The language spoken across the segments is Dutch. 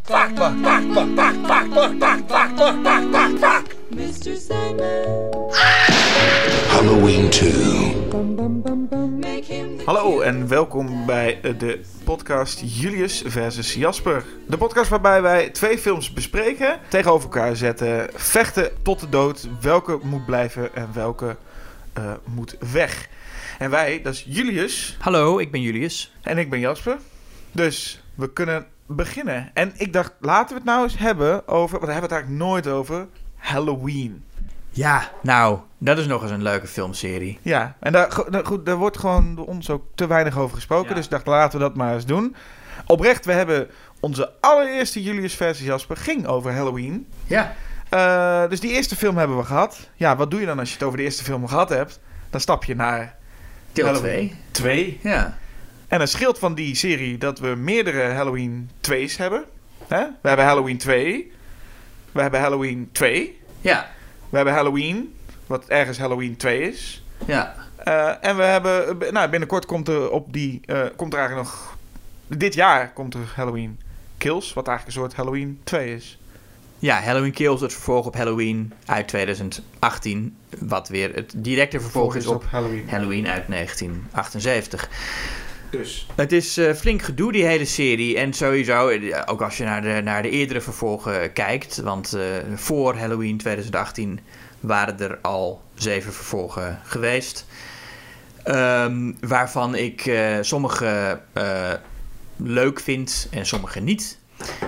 Mr. Sandman. Halloween 2. Hallo en welkom bij de podcast Julius versus Jasper. De podcast waarbij wij 2 films bespreken, tegenover elkaar zetten, vechten tot de dood. Welke moet blijven en welke moet weg. En wij, dat is Julius. Hallo, ik ben Julius. En ik ben Jasper. Dus we kunnen beginnen. En ik dacht, laten we het nou eens hebben over, want daar hebben we het eigenlijk nooit over, Halloween. Ja, nou, dat is nog eens een leuke filmserie. Ja, en daar wordt gewoon door ons ook te weinig over gesproken. Ja. Dus ik dacht, laten we dat maar eens doen. Oprecht, we hebben onze allereerste Julius versus Jasper ging over Halloween. Ja. Dus die eerste film hebben we gehad. Ja, wat doe je dan als je het over de eerste film gehad hebt? Dan stap je naar Deel Halloween 2. Ja. En het scheelt van die serie dat we meerdere Halloween 2's hebben. Hè? We hebben Halloween 2. We hebben Halloween 2. Ja. We hebben Halloween, wat ergens Halloween 2 is. Ja. En we hebben, binnenkort komt er eigenlijk nog, dit jaar komt er Halloween Kills, wat eigenlijk een soort Halloween 2 is. Ja, Halloween Kills, het vervolg op Halloween uit 2018. Wat weer het directe vervolg is op Halloween uit 1978. Dus. Het is flink gedoe, die hele serie. En sowieso, ook als je naar de eerdere vervolgen kijkt. Want voor Halloween 2018 waren er al 7 vervolgen geweest. Waarvan ik sommige leuk vind en sommige niet.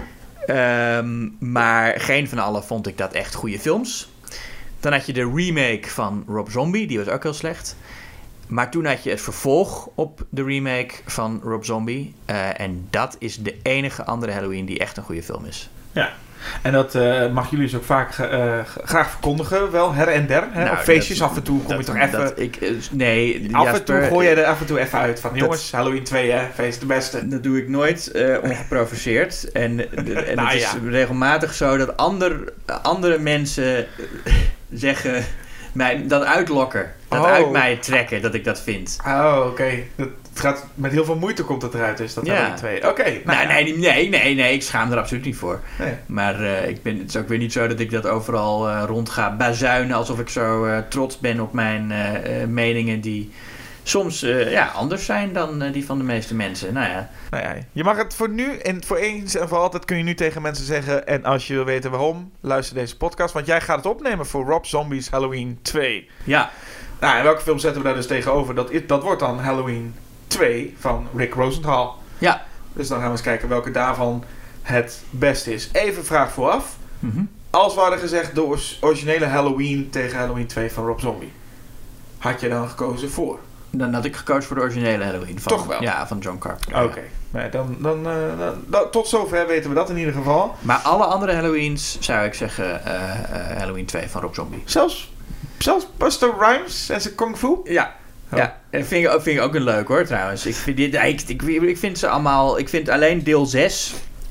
Maar geen van alle vond ik dat echt goede films. Dan had je de remake van Rob Zombie, die was ook heel slecht. Maar toen had je het vervolg op de remake van Rob Zombie. En dat is de enige andere Halloween die echt een goede film is. Ja, en dat mag jullie dus ook vaak graag verkondigen, wel her en der. Hè? Nou, op feestjes af en toe kom je toch even... Nee, af Jasper, en toe gooi je er af en toe even uit van, jongens, Halloween 2, hè, feest de beste. Dat doe ik nooit ongeprovoceerd. En Nou, het is regelmatig zo dat andere mensen zeggen... dat uitlokken. Dat uit mij trekken, dat ik dat vind. Oh, oké. Het gaat met heel veel moeite komt het eruit, dus dat Halloween 2. Oké. Nee, ik schaam er absoluut niet voor. Nee. Maar het is ook weer niet zo dat ik dat overal rond ga bazuinen, alsof ik zo trots ben op mijn meningen die soms anders zijn dan die van de meeste mensen. Nou ja. Je mag het voor nu en voor eens en voor altijd kun je nu tegen mensen zeggen. En als je wil weten waarom, luister deze podcast. Want jij gaat het opnemen voor Rob Zombie's Halloween 2. Ja. Nou, en welke film zetten we daar dus tegenover? Dat wordt dan Halloween 2 van Rick Rosenthal. Ja. Dus dan gaan we eens kijken welke daarvan het beste is. Even vraag vooraf. Mm-hmm. Als we hadden gezegd de originele Halloween tegen Halloween 2 van Rob Zombie. Had je dan gekozen voor? Dan had ik gekozen voor de originele Halloween. Toch wel? Ja, van John Carpenter. Oké. Nee, dan tot zover weten we dat in ieder geval. Maar alle andere Halloweens zou ik zeggen Halloween 2 van Rob Zombie. Zelfs Buster Rhymes en zijn kung fu? Ja. Oh. Ja, vind ik ook een leuk hoor trouwens. Ik vind ze allemaal... Ik vind alleen deel 6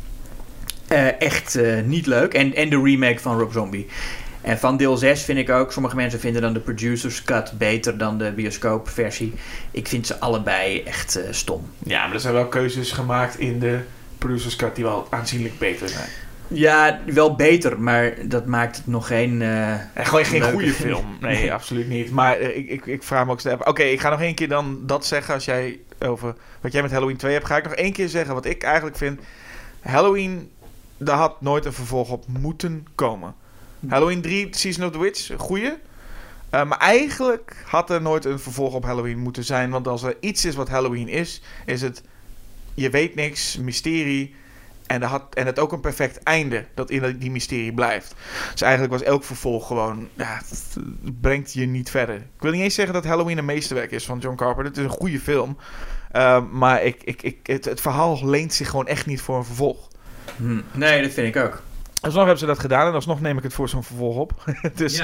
echt niet leuk. En de remake van Rob Zombie. En van deel 6 vind ik ook... Sommige mensen vinden dan de producer's cut beter dan de bioscoopversie. Ik vind ze allebei echt stom. Ja, maar er zijn wel keuzes gemaakt in de producer's cut die wel aanzienlijk beter zijn. Ja, wel beter, maar dat maakt het nog geen... Gewoon geen leuke goede film. Nee, absoluut niet. Maar ik vraag me ook steeds... Oké, ik ga nog één keer dan dat zeggen als jij over wat jij met Halloween 2 hebt. Ga ik nog één keer zeggen wat ik eigenlijk vind. Halloween, daar had nooit een vervolg op moeten komen. Halloween 3, Season of the Witch, goeie. Maar eigenlijk had er nooit een vervolg op Halloween moeten zijn. Want als er iets is wat Halloween is het... Je weet niks, mysterie... En het ook een perfect einde dat in die mysterie blijft. Dus eigenlijk was elk vervolg gewoon... Ja, het brengt je niet verder. Ik wil niet eens zeggen dat Halloween een meesterwerk is van John Carpenter. Het is een goede film. Maar het verhaal leent zich gewoon echt niet voor een vervolg. Nee, dat vind ik ook. Alsnog hebben ze dat gedaan en alsnog neem ik het voor zo'n vervolg op. Dus,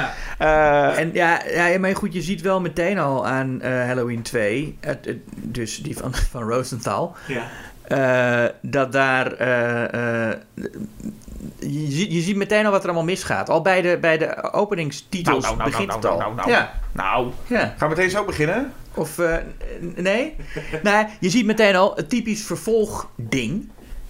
ja. Maar goed, je ziet wel meteen al aan Halloween 2... dus die van Rosenthal... Ja. Dat daar... je ziet meteen al wat er allemaal misgaat. Al bij de openingstitels begint het al. Ja. Gaan we meteen zo beginnen? Of, nee? Nou, je ziet meteen al het typisch vervolgding.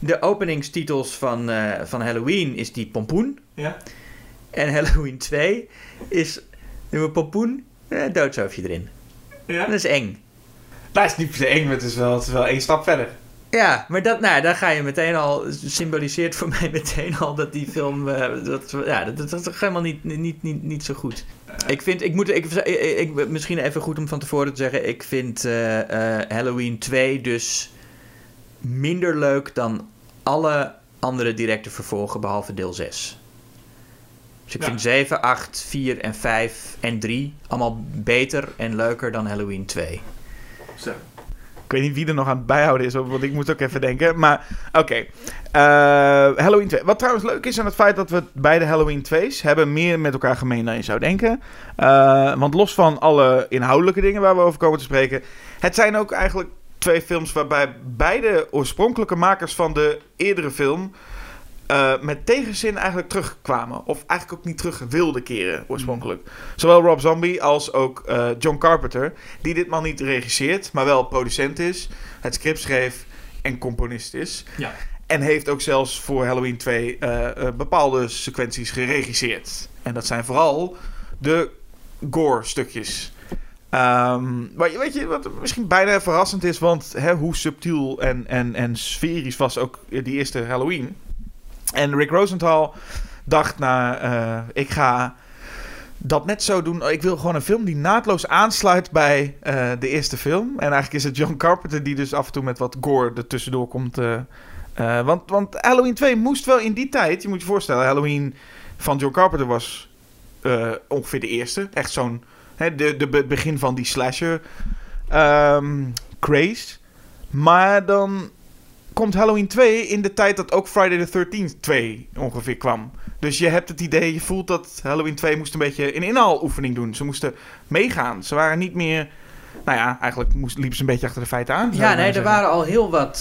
de openingstitels van Halloween is die pompoen. Ja. En Halloween 2 is een pompoen, doodshoofdje erin. Ja. Dat is eng. Dat is niet per se eng, maar het is wel 1 stap verder. Ja, maar dan ga je meteen al, symboliseert voor mij meteen al dat die film, dat is toch helemaal niet zo goed. Misschien even goed om van tevoren te zeggen, ik vind Halloween 2 dus minder leuk dan alle andere directe vervolgen behalve deel 6. Dus ik vind 7, 8, 4 en 5 en 3 allemaal beter en leuker dan Halloween 2. Zo. Ik weet niet wie er nog aan het bijhouden is, want ik moet ook even denken. Maar oké. Halloween 2. Wat trouwens leuk is aan het feit dat we beide Halloween 2's hebben meer met elkaar gemeen dan je zou denken. Want los van alle inhoudelijke dingen waar we over komen te spreken, het zijn ook eigenlijk 2 films waarbij beide oorspronkelijke makers van de eerdere film met tegenzin eigenlijk terugkwamen. Of eigenlijk ook niet terug wilden keren oorspronkelijk. Zowel Rob Zombie als ook John Carpenter, die ditmaal niet regisseert, maar wel producent is, het script schreef en componist is. Ja. En heeft ook zelfs voor Halloween 2 bepaalde sequenties geregisseerd. En dat zijn vooral de gore stukjes. Maar weet je wat misschien bijna verrassend is, want hoe subtiel en sferisch was ook die eerste Halloween. En Rick Rosenthal dacht, ik ga dat net zo doen. Ik wil gewoon een film die naadloos aansluit bij de eerste film. En eigenlijk is het John Carpenter die dus af en toe met wat gore er tussendoor komt. Want Halloween 2 moest wel in die tijd, je moet je voorstellen, Halloween van John Carpenter was ongeveer de eerste. Echt zo'n, het begin van die slasher craze. Maar dan komt Halloween 2 in de tijd dat ook Friday the 13th 2 ongeveer kwam. Dus je hebt het idee, je voelt dat Halloween 2 moest een beetje een inhaaloefening doen. Ze moesten meegaan. Ze waren niet meer, eigenlijk liepen ze een beetje achter de feiten aan. Ja, nee, er waren al heel wat,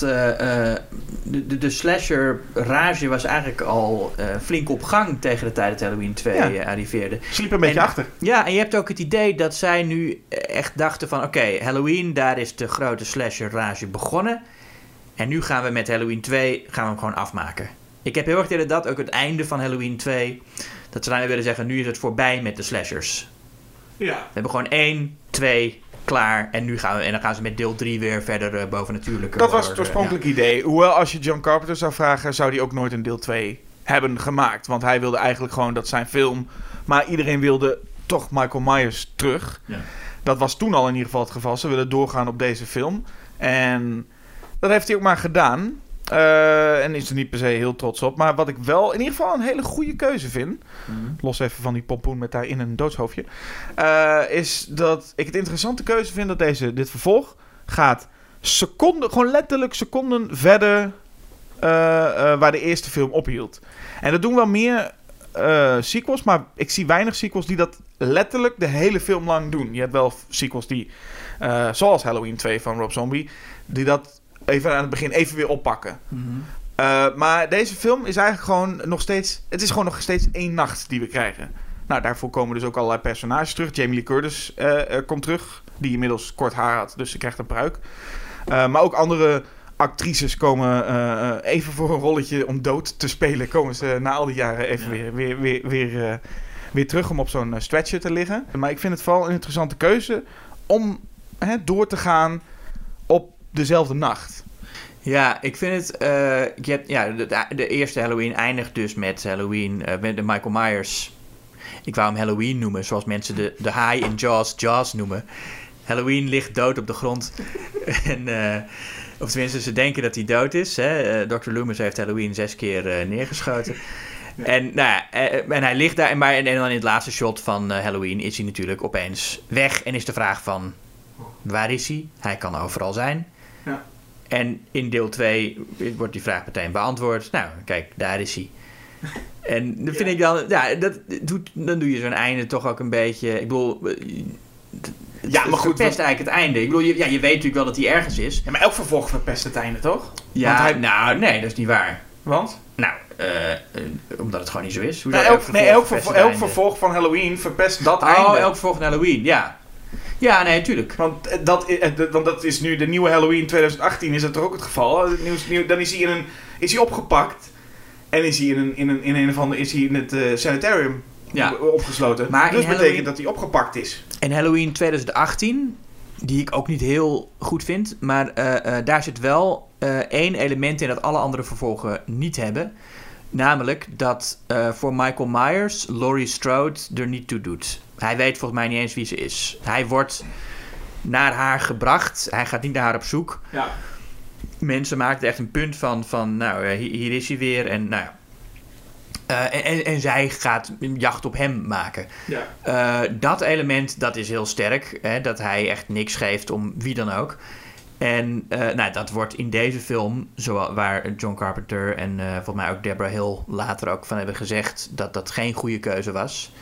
de slasher rage was eigenlijk al flink op gang tegen de tijd dat Halloween 2 arriveerde. Ze liepen een beetje achter. Ja, en je hebt ook het idee dat zij nu echt dachten van, oké, Halloween, daar is de grote slasher rage begonnen. En nu gaan we met Halloween 2 gaan we hem gewoon afmaken. Ik heb heel erg tegen dat ook het einde van Halloween 2. Dat ze dan willen zeggen, nu is het voorbij met de slashers. Ja. We hebben gewoon 1, 2, klaar. En nu dan gaan ze met deel 3 weer verder bovennatuurlijke. Dat was het oorspronkelijke idee. Hoewel als je John Carpenter zou vragen, zou hij ook nooit een deel 2 hebben gemaakt. Want hij wilde eigenlijk gewoon dat zijn film. Maar iedereen wilde toch Michael Myers terug. Ja. Dat was toen al in ieder geval het geval. Ze willen doorgaan op deze film. En dat heeft hij ook maar gedaan. En is er niet per se heel trots op. Maar wat ik wel in ieder geval een hele goede keuze vind, los even van die pompoen met daarin een doodshoofdje, is dat ik het interessante keuze vind dat dit vervolg gaat gewoon letterlijk seconden verder waar de eerste film ophield. En dat doen wel meer sequels, maar ik zie weinig sequels die dat letterlijk de hele film lang doen. Je hebt wel sequels die, zoals Halloween 2 van Rob Zombie, die dat even aan het begin even weer oppakken. Mm-hmm. Maar deze film is eigenlijk gewoon nog steeds, het is gewoon nog steeds 1 nacht die we krijgen. Nou, daarvoor komen dus ook allerlei personages terug. Jamie Lee Curtis komt terug, die inmiddels kort haar had, dus ze krijgt een pruik. Maar ook andere actrices komen even voor een rolletje om dood te spelen, komen ze na al die jaren even weer terug om op zo'n stretcher te liggen. Maar ik vind het vooral een interessante keuze om door te gaan op dezelfde nacht. Ja, ik vind het, de eerste Halloween eindigt dus met Halloween, met de Michael Myers. Ik wou hem Halloween noemen, zoals mensen de haai in Jaws noemen. Halloween ligt dood op de grond. Of tenminste, ze denken dat hij dood is. Hè? Dr. Loomis heeft Halloween 6 keer neergeschoten. Ja. En hij ligt daar. En dan in het laatste shot van Halloween is hij natuurlijk opeens weg. En is de vraag van, waar is hij? Hij kan overal zijn. Ja. En in deel 2 wordt die vraag meteen beantwoord. Nou, kijk, daar is hij. En dan vind ik dan, dan doe je zo'n einde toch ook een beetje. Ik bedoel, maar goed, verpest eigenlijk het einde. Ik bedoel, je weet natuurlijk wel dat hij ergens is. Ja, maar elk vervolg verpest het einde, toch? Ja, nee, dat is niet waar. Want? Nou, omdat het gewoon niet zo is. Elk vervolg van Halloween verpest dat einde. Oh, elk vervolg van Halloween, ja. Ja, nee, tuurlijk. Want dat is nu de nieuwe Halloween 2018 is dat toch ook het geval. Dan is hij opgepakt en is hij in het sanitarium opgesloten. Maar dus betekent dat hij opgepakt is. In Halloween 2018, die ik ook niet heel goed vind, maar daar zit wel één element in dat alle andere vervolgen niet hebben. Namelijk dat voor Michael Myers Laurie Strode er niet toe doet. Hij weet volgens mij niet eens wie ze is. Hij wordt naar haar gebracht. Hij gaat niet naar haar op zoek. Ja. Mensen maken er echt een punt van nou, hier is hij weer. En, nou, en zij gaat een jacht op hem maken. Ja. Dat element, dat is heel sterk. Hè, dat hij echt niks geeft om wie dan ook. En dat wordt in deze film, waar John Carpenter en volgens mij ook Deborah Hill later ook van hebben gezegd dat dat geen goede keuze was.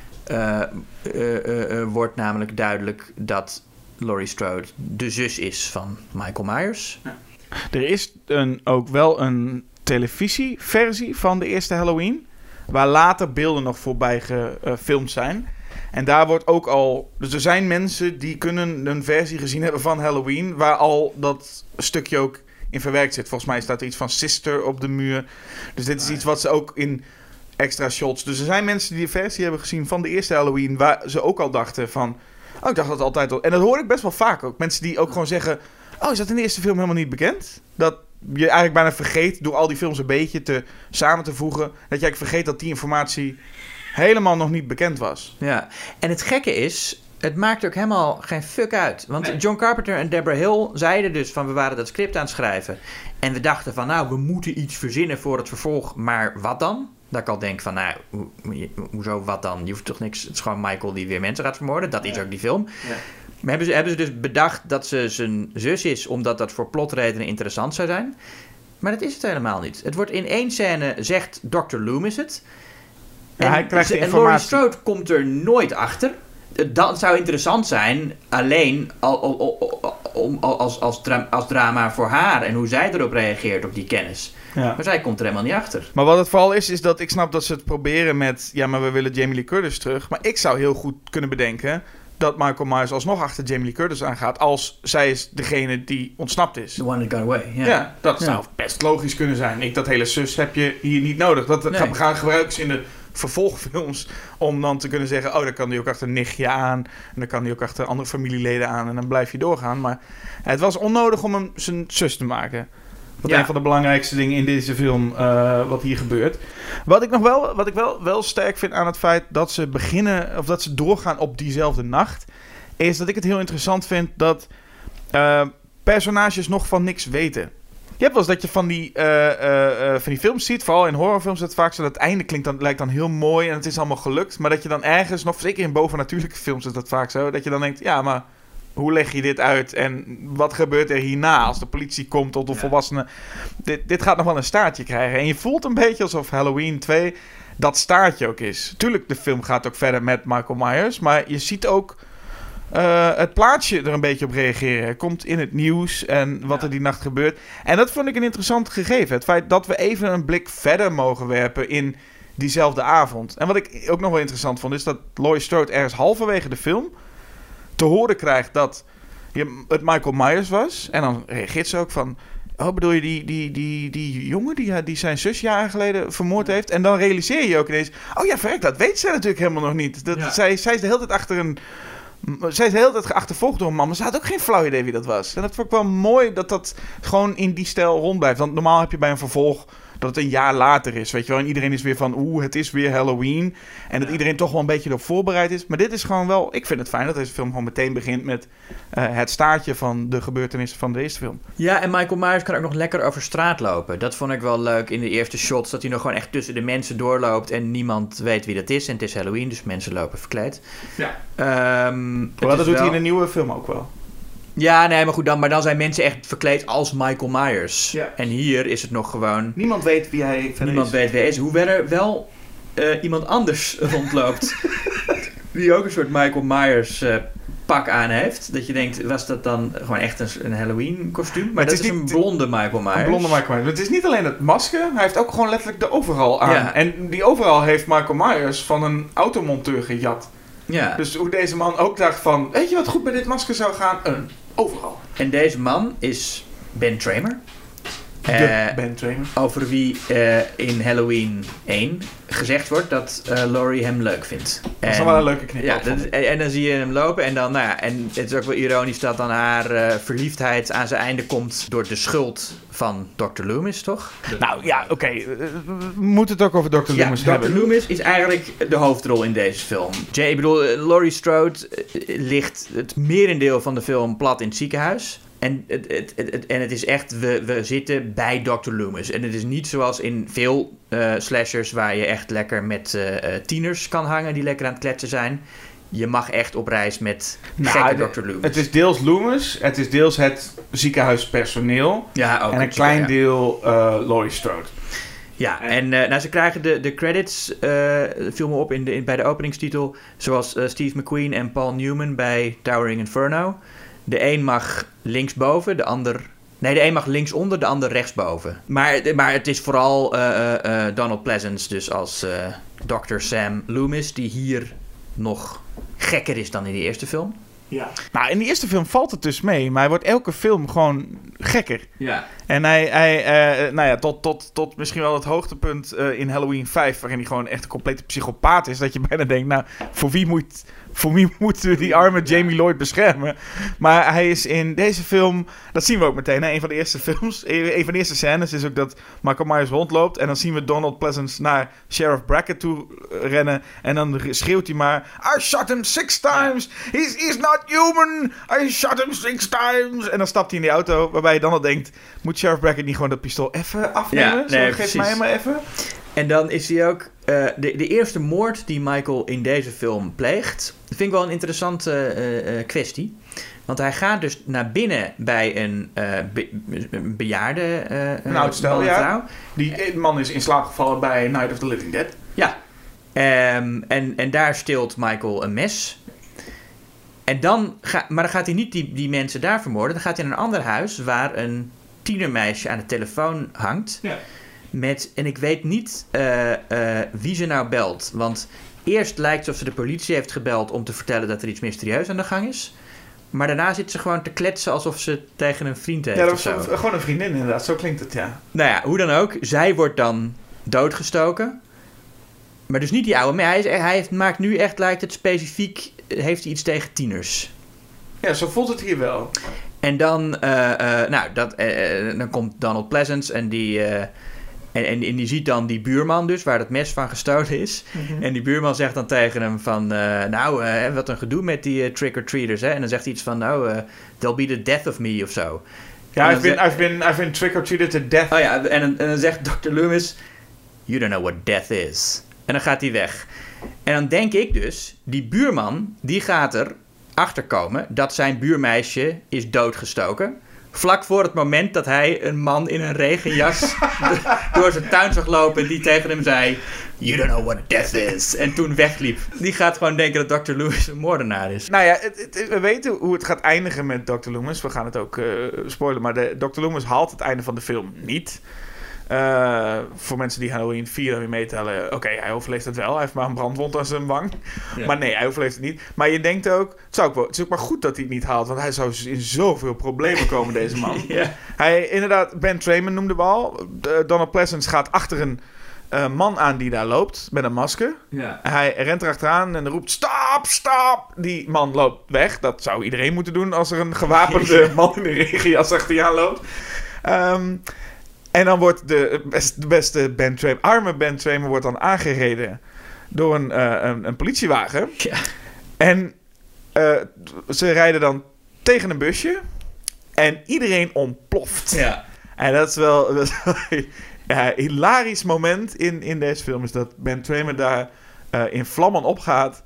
Nee. Wordt namelijk duidelijk dat Laurie Strode de zus is van Michael Myers. Ja. Er is ook wel een televisieversie van de eerste Halloween, waar later beelden nog voorbij gefilmd zijn. En daar wordt ook al... Dus er zijn mensen die kunnen een versie gezien hebben van Halloween, waar al dat stukje ook in verwerkt zit. Volgens mij staat er iets van Sister op de muur. Dus dit is iets wat ze ook in extra shots... Dus er zijn mensen die een versie hebben gezien van de eerste Halloween, waar ze ook al dachten van... Oh, ik dacht dat altijd al... En dat hoor ik best wel vaak ook. Mensen die ook gewoon zeggen... Oh, is dat in de eerste film helemaal niet bekend? Dat je eigenlijk bijna vergeet, door al die films een beetje samen te voegen, dat je eigenlijk vergeet dat die informatie helemaal nog niet bekend was. Ja, en het gekke is, het maakt ook helemaal geen fuck uit. Want Nee. John Carpenter en Deborah Hill zeiden dus van, we waren dat script aan het schrijven. En we dachten van, nou, we moeten iets verzinnen voor het vervolg. Maar wat dan? Dat ik al denk van, nou, hoezo wat dan? Je hoeft toch niks, het is gewoon Michael die weer mensen gaat vermoorden. Dat is ook die film. Ja. Maar hebben ze dus bedacht dat ze zijn zus is, omdat dat voor plotredenen interessant zou zijn. Maar dat is het helemaal niet. Het wordt in één scène, zegt Dr. Loomis het. Ja, hij krijgt de en Laurie informatie. Strode komt er nooit achter. Dat zou interessant zijn, alleen als drama voor haar en hoe zij erop reageert op die kennis. Ja. Maar zij komt er helemaal niet achter. Maar wat het vooral is dat ik snap dat ze het proberen met... Ja, maar we willen Jamie Lee Curtis terug. Maar ik zou heel goed kunnen bedenken dat Michael Myers alsnog achter Jamie Lee Curtis aangaat, als zij is degene die ontsnapt is. The one that got away. Yeah. Ja, dat zou best logisch kunnen zijn. Dat hele zus heb je hier niet nodig. Dat gaan gebruiken ze in de vervolgfilms om dan te kunnen zeggen, oh, dan kan hij ook achter een nichtje aan en dan kan hij ook achter andere familieleden aan en dan blijf je doorgaan. Maar het was onnodig om hem zijn zus te maken. Wat een van de belangrijkste dingen in deze film wat hier gebeurt. Wat ik wel sterk vind aan het feit dat ze beginnen, of dat ze doorgaan op diezelfde nacht, is dat ik het heel interessant vind dat personages nog van niks weten. Je hebt wel eens dat je van die films ziet, vooral in horrorfilms, dat vaak zo dat het einde lijkt dan heel mooi en het is allemaal gelukt. Maar dat je dan ergens, nog zeker in bovennatuurlijke films is dat vaak zo, dat je dan denkt, ja, maar hoe leg je dit uit en wat gebeurt er hierna als de politie komt of de volwassenen? Dit gaat nog wel een staartje krijgen. En je voelt een beetje alsof Halloween 2 dat staartje ook is. Tuurlijk, de film gaat ook verder met Michael Myers, maar je ziet ook het plaatsje er een beetje op reageren. Het komt in het nieuws en wat er die nacht gebeurt. En dat vond ik een interessant gegeven. Het feit dat we even een blik verder mogen werpen in diezelfde avond. En wat ik ook nog wel interessant vond, is dat Laurie Strode ergens halverwege de film te horen krijgt dat het Michael Myers was. En dan reageert ze ook van, oh, bedoel je die jongen die zijn zus jaren geleden vermoord heeft? En dan realiseer je ook ineens, oh ja, verrek, dat weet zij natuurlijk helemaal nog niet. Zij is de hele tijd zij is de hele tijd geachtervolgd door een man, maar ze had ook geen flauw idee wie dat was. En dat vond ik wel mooi dat gewoon in die stijl rond blijft. Want normaal heb je bij een vervolg dat het een jaar later is, weet je wel. En iedereen is weer van, het is weer Halloween. En dat iedereen toch wel een beetje erop voorbereid is. Maar dit is gewoon wel, ik vind het fijn dat deze film gewoon meteen begint met het staartje van de gebeurtenissen van de eerste film. Ja, en Michael Myers kan ook nog lekker over straat lopen. Dat vond ik wel leuk in de eerste shots, dat hij nog gewoon echt tussen de mensen doorloopt en niemand weet wie dat is. En het is Halloween, dus mensen lopen verkleed. Ja. Maar dat doet hij in een nieuwe film ook wel. Ja, nee, maar goed, dan zijn mensen echt verkleed als Michael Myers. Ja. En hier is het nog gewoon... Niemand weet wie hij verder Niemand weet wie hij is. Hoewel er wel iemand anders rondloopt. Die ook een soort Michael Myers pak aan heeft. Dat je denkt, was dat dan gewoon echt een Halloween kostuum? Maar dat is een blonde Michael Myers. Een blonde Michael Myers. Het is niet alleen het masker. Hij heeft ook gewoon letterlijk de overal aan. Ja. En die overal heeft Michael Myers van een automonteur gejat. Ja. Dus hoe deze man ook dacht van... Weet je wat goed bij dit masker zou gaan? Een overal. En deze man is Ben Tramer. Ben Tramer. Over wie in Halloween 1 gezegd wordt dat Laurie hem leuk vindt. Dat is wel een leuke knip. Ja, en dan zie je hem lopen en dan, en het is ook wel ironisch dat dan haar verliefdheid aan zijn einde komt door de schuld van Dr. Loomis, toch? Nou ja, oké. We moeten het ook over Dr. Loomis hebben. Dr. Loomis is eigenlijk de hoofdrol in deze film. Ik bedoel, Laurie Strode ligt het merendeel van de film plat in het ziekenhuis. En het is echt, we zitten bij Dr. Loomis. En het is niet zoals in veel slashers waar je echt lekker met tieners kan hangen die lekker aan het kletsen zijn. Je mag echt op reis met gekke Dr. Loomis. Het is deels Loomis, het is deels het ziekenhuispersoneel. Ja, ook en een klein deel Laurie Strode. Ja, en ze krijgen de credits, viel me op bij de openingstitel, zoals Steve McQueen en Paul Newman bij Towering Inferno. De een mag linksboven, de ander... Nee, de een mag linksonder, de ander rechtsboven. Maar het is vooral Donald Pleasence, dus als Dr. Sam Loomis, die hier nog gekker is dan in de eerste film. Ja. Nou, in de eerste film valt het dus mee, maar hij wordt elke film gewoon gekker. Ja. En hij tot misschien wel het hoogtepunt in Halloween 5, waarin hij gewoon echt een complete psychopaat is, dat je bijna denkt, nou, voor wie moeten we die arme Jamie Lloyd beschermen? Maar hij is in deze film, dat zien we ook meteen, een van de eerste films, een van de eerste scènes is ook dat Michael Myers rondloopt en dan zien we Donald Pleasence naar Sheriff Brackett toe rennen en dan schreeuwt hij maar, I shot him 6 times, he's not human, I shot him 6 times. En dan stapt hij in die auto, waarbij je dan al denkt, moet Sheriff Brackett niet gewoon dat pistool even afnemen? Ja, nee, geef mij hem maar even. En dan is hij ook... de eerste moord die Michael in deze film pleegt... vind ik wel een interessante kwestie. Want hij gaat dus naar binnen bij een bejaarde een oud stel, ja. Vrouw. Die man is in slaap gevallen bij Night of the Living Dead. Ja. En daar steelt Michael een mes. En dan gaat hij niet die mensen daar vermoorden. Dan gaat hij naar een ander huis waar een tienermeisje aan de telefoon hangt... Ja. En ik weet niet wie ze nou belt. Want eerst lijkt het alsof ze de politie heeft gebeld om te vertellen dat er iets mysterieus aan de gang is. Maar daarna zit ze gewoon te kletsen alsof ze tegen een vriend heeft. Ja, dat was gewoon een vriendin inderdaad. Zo klinkt het, ja. Nou ja, hoe dan ook. Zij wordt dan doodgestoken. Maar dus niet die oude. Maar hij maakt nu echt, lijkt het specifiek, heeft hij iets tegen tieners. Ja, zo voelt het hier wel. En dan, dan komt Donald Pleasence en die... En die ziet dan die buurman dus, waar het mes van gestolen is. Mm-hmm. En die buurman zegt dan tegen hem van... wat een gedoe met die trick-or-treaters, hè. En dan zegt hij iets van... they'll be the death of me, of zo. Ja, I've been trick-or-treated to death. Oh ja, en dan zegt Dr. Loomis... You don't know what death is. En dan gaat hij weg. En dan denk ik dus... Die buurman, die gaat er achterkomen... dat zijn buurmeisje is doodgestoken... Vlak voor het moment dat hij een man in een regenjas door zijn tuin zag lopen die tegen hem zei... You don't know what death is. En toen wegliep. Die gaat gewoon denken dat Dr. Loomis een moordenaar is. Nou ja, we weten hoe het gaat eindigen met Dr. Loomis. We gaan het ook spoilen, maar Dr. Loomis haalt het einde van de film niet. Voor mensen die Halloween 4 weer meetellen... Oké, hij overleeft het wel. Hij heeft maar een brandwond aan zijn wang. Ja. Maar nee, hij overleeft het niet. Maar je denkt ook... Het is ook maar goed dat hij het niet haalt. Want hij zou in zoveel problemen komen, deze man. Ja. Inderdaad, Ben Tramer noemde we al. Donald Pleasence gaat achter een man aan die daar loopt. Met een masker. Ja. Hij rent erachteraan en roept... Stop, stop! Die man loopt weg. Dat zou iedereen moeten doen... als er een gewapende man in een regenjas achter je aan loopt. En dan wordt de beste Ben Tramer, arme Ben Tramer, wordt dan aangereden door een politiewagen. Ja. En ze rijden dan tegen een busje en iedereen ontploft. Ja. En dat is wel een hilarisch moment in deze film, is dat Ben Tramer daar in vlammen opgaat.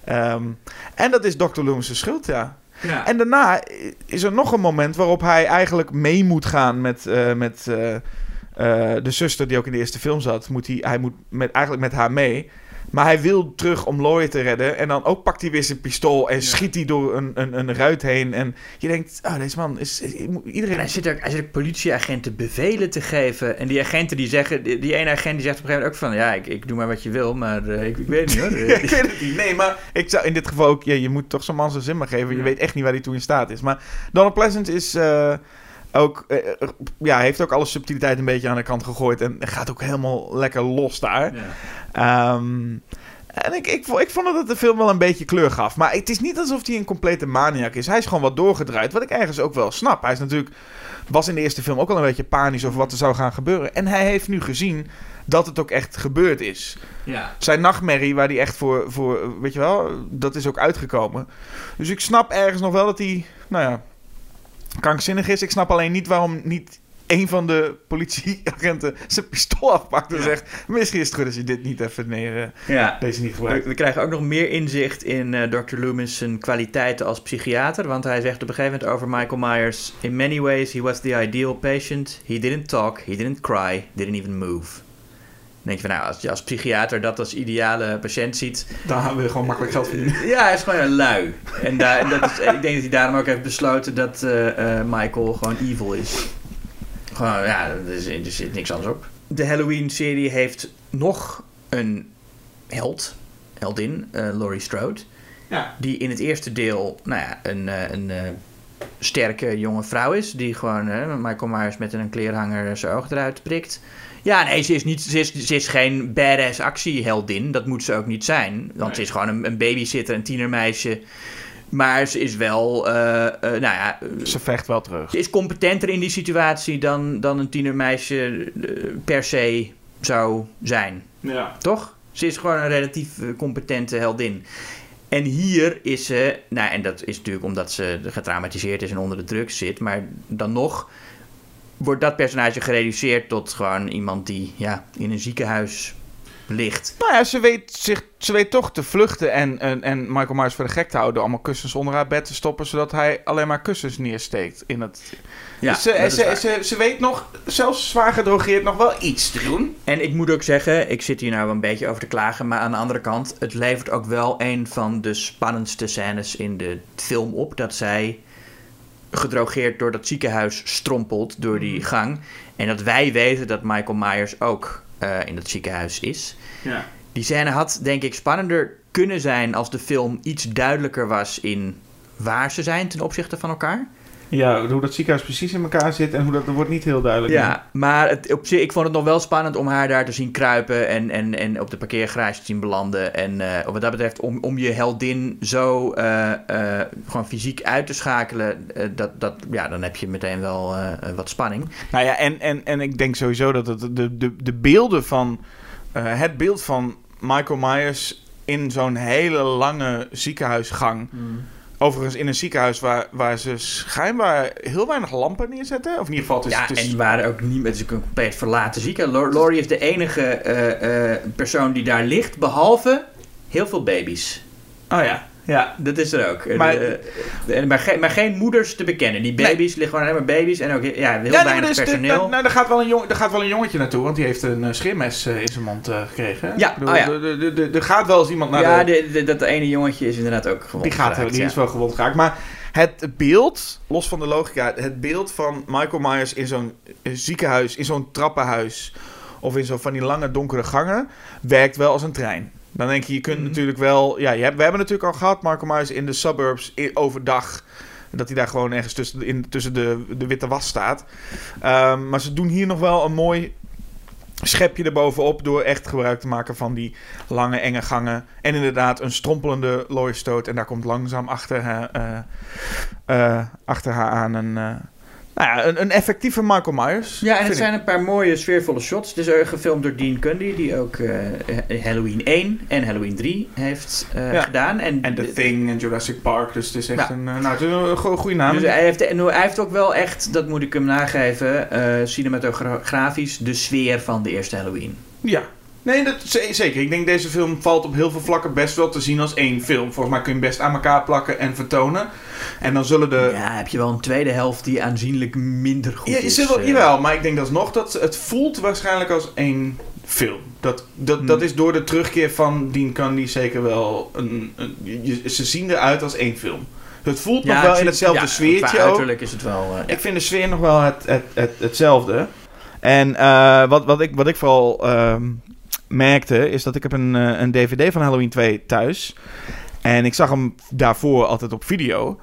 En dat is Dr. Loomis' schuld, ja. Ja. En daarna is er nog een moment waarop hij eigenlijk mee moet gaan met de zuster die ook in de eerste film zat. Hij moet eigenlijk met haar mee. Maar hij wil terug om Laurie te redden. En dan ook pakt hij weer zijn pistool en schiet hij door een ruit heen. En je denkt, deze man is... Iedereen... En hij zit ook politieagenten bevelen te geven. En die agenten die zeggen... Die ene agent die zegt op een gegeven moment ook van... Ja, ik doe maar wat je wil, maar ik weet niet hoor. Ik weet het niet. Nee, maar ik zou in dit geval ook... je moet toch zo'n man zijn zin maar geven. Je weet echt niet waar hij toe in staat is. Maar Donald Pleasence is... ook, heeft ook alle subtiliteit een beetje aan de kant gegooid. En gaat ook helemaal lekker los daar. Ja. En ik vond dat het de film wel een beetje kleur gaf. Maar het is niet alsof hij een complete maniak is. Hij is gewoon wat doorgedraaid. Wat ik ergens ook wel snap. Hij is natuurlijk... was in de eerste film ook al een beetje panisch over wat er zou gaan gebeuren. En hij heeft nu gezien dat het ook echt gebeurd is. Ja. Zijn nachtmerrie, waar hij echt voor... Weet je wel, dat is ook uitgekomen. Dus ik snap ergens nog wel dat hij... krankzinnig is. Ik snap alleen niet waarom niet een van de politieagenten zijn pistool afpakt en zegt... Misschien is het goed als je dit niet even deze niet gebruikt. We krijgen ook nog meer inzicht in Dr. Loomis zijn kwaliteiten als psychiater. Want hij zegt op een gegeven moment over Michael Myers... In many ways he was the ideal patient. He didn't talk, he didn't cry, didn't even move. Dan denk je van, als je als psychiater dat als ideale patiënt ziet... Dan gaan we gewoon makkelijk geld verdienen. Ja, hij is gewoon een lui. En ik denk dat hij daarom ook heeft besloten dat Michael gewoon evil is. Gewoon, er zit niks anders op. De Halloween-serie heeft nog een heldin, Laurie Strode. Ja. Die in het eerste deel een sterke jonge vrouw is. Die gewoon Michael Myers met een kleerhanger zijn ogen eruit prikt. Ja, nee, ze is geen badass actieheldin. Dat moet ze ook niet zijn. Want ze is gewoon een babysitter, een tienermeisje. Maar ze is wel... ze vecht wel terug. Ze is competenter in die situatie dan een tienermeisje per se zou zijn. Ja. Toch? Ze is gewoon een relatief competente heldin. En hier is ze... en dat is natuurlijk omdat ze getraumatiseerd is en onder de drugs zit. Maar dan nog... wordt dat personage gereduceerd tot gewoon iemand die in een ziekenhuis ligt. Nou ja, ze weet toch te vluchten en Michael Myers voor de gek te houden... door allemaal kussens onder haar bed te stoppen... zodat hij alleen maar kussens neersteekt in het... Ja, dus ze weet nog, zelfs zwaar gedrogeerd, nog wel iets te doen. En ik moet ook zeggen, ik zit hier nou een beetje over te klagen... maar aan de andere kant, het levert ook wel een van de spannendste scènes in de film op... dat zij... gedrogeerd door dat ziekenhuis strompelt door die gang. En dat wij weten dat Michael Myers ook in dat ziekenhuis is. Ja. Die scène had, denk ik, spannender kunnen zijn... als de film iets duidelijker was in waar ze zijn ten opzichte van elkaar. Ja, hoe dat ziekenhuis precies in elkaar zit en hoe dat wordt niet heel duidelijk. Ja, maar ik vond het nog wel spannend om haar daar te zien kruipen en op de parkeergarage te zien belanden. En wat dat betreft, om je heldin zo gewoon fysiek uit te schakelen, dan heb je meteen wel wat spanning. Nou ja, en ik denk sowieso dat de beelden van het beeld van Michael Myers in zo'n hele lange ziekenhuisgang... Overigens in een ziekenhuis waar ze schijnbaar heel weinig lampen neerzetten. Of in ieder geval... en waar ook niet... Het is een compleet verlaten ziekenhuis. Laurie is de enige persoon die daar ligt. Behalve heel veel baby's. Oh ja. Ja, dat is er ook. Maar geen moeders te bekennen. Die baby's liggen gewoon alleen maar baby's. En ook heel weinig personeel. Er gaat wel een jongetje naartoe. Want die heeft een scheermes in zijn mond gekregen. Ja, er gaat wel eens iemand naar dat ene jongetje is inderdaad ook gewond geraakt. Die is wel gewond geraakt. Maar het beeld, los van de logica... Het beeld van Michael Myers in zo'n ziekenhuis... In zo'n trappenhuis... Of in zo'n van die lange donkere gangen... Werkt wel als een trein. Dan denk je kunt natuurlijk wel... Ja, we hebben natuurlijk al gehad, Michael Myers in de suburbs overdag. Dat hij daar gewoon ergens tussen de witte was staat. Maar ze doen hier nog wel een mooi schepje erbovenop... door echt gebruik te maken van die lange, enge gangen. En inderdaad een strompelende Laurie Strode. En daar komt langzaam achter haar aan een effectieve Michael Myers. Ja, en het zijn een paar mooie, sfeervolle shots. Het is gefilmd door Dean Cundy, die ook Halloween 1 en Halloween 3 heeft gedaan. En The Thing en Jurassic Park. Dus het is echt een goede naam. Dus hij heeft ook wel echt, dat moet ik hem nageven, cinematografisch de sfeer van de eerste Halloween. Ja. Nee, zeker. Ik denk deze film valt op heel veel vlakken best wel te zien als één film. Volgens mij kun je hem best aan elkaar plakken en vertonen. En dan zullen de... Ja, heb je wel een tweede helft die aanzienlijk minder goed is. Jawel, maar ik denk dat het voelt waarschijnlijk als één film. Dat is door de terugkeer van Dean Cundey zeker wel ze zien eruit als één film. Het voelt nog wel in hetzelfde sfeertje ook. Uiterlijk is het wel... Ik vind de sfeer nog wel hetzelfde. En wat ik vooral merkte, is dat ik heb een DVD van Halloween 2 thuis. En ik zag hem daarvoor altijd op video.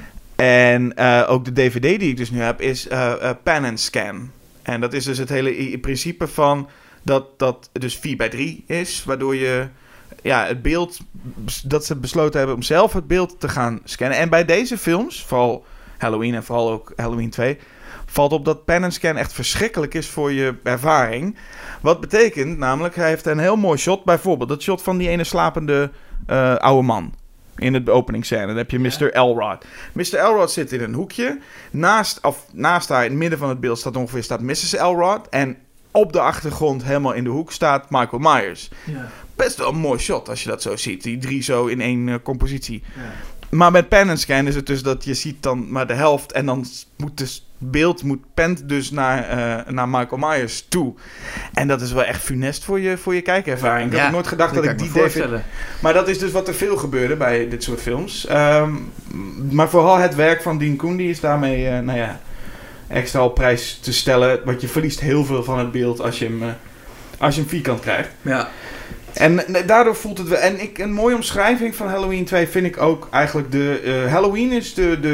En ook de DVD die ik dus nu heb is Pan and Scan. En dat is dus het hele principe van dat dus 4:3 is, waardoor je het beeld, dat ze besloten hebben om zelf het beeld te gaan scannen. En bij deze films, vooral Halloween en vooral ook Halloween 2, valt op dat Pan and Scan echt verschrikkelijk is voor je ervaring. Wat betekent namelijk, hij heeft een heel mooi shot, bijvoorbeeld dat shot van die ene slapende oude man. In het openingsscène. Dan heb je Mr. Elrod. Mr. Elrod zit in een hoekje. Naast haar, in het midden van het beeld, staat Mrs. Elrod. En op de achtergrond, helemaal in de hoek, staat Michael Myers. Ja. Best wel een mooi shot als je dat zo ziet. Die 3 zo in één compositie. Ja. Maar met Pan and Scan is het dus dat je ziet dan maar de helft. En dan moet het beeld pent dus naar Michael Myers toe. En dat is wel echt funest voor je kijkervaring. Ik had nooit gedacht dat ik die voorstellen. Maar dat is dus wat er veel gebeurde bij dit soort films. Maar vooral het werk van Dean Cundey is daarmee extra op prijs te stellen. Want je verliest heel veel van het beeld als je hem vierkant krijgt. Ja. En daardoor voelt het wel... En een mooie omschrijving van Halloween 2 vind ik ook eigenlijk Halloween is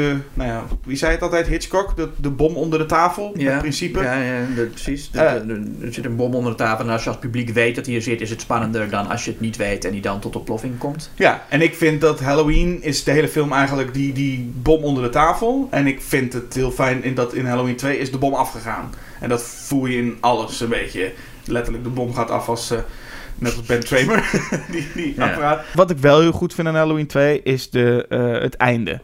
wie zei het altijd? Hitchcock? De bom onder de tafel, het principe. Ja, precies. Er zit een bom onder de tafel en als je als publiek weet dat hij er zit, is het spannender dan als je het niet weet en die dan tot ontploffing komt. Ja, en ik vind dat Halloween is de hele film eigenlijk die bom onder de tafel. En ik vind het heel fijn dat in Halloween 2 is de bom afgegaan. En dat voel je in alles een beetje. Letterlijk, de bom gaat af als... net als Ben Tramer, die apparaat. Wat ik wel heel goed vind aan Halloween 2 is het einde.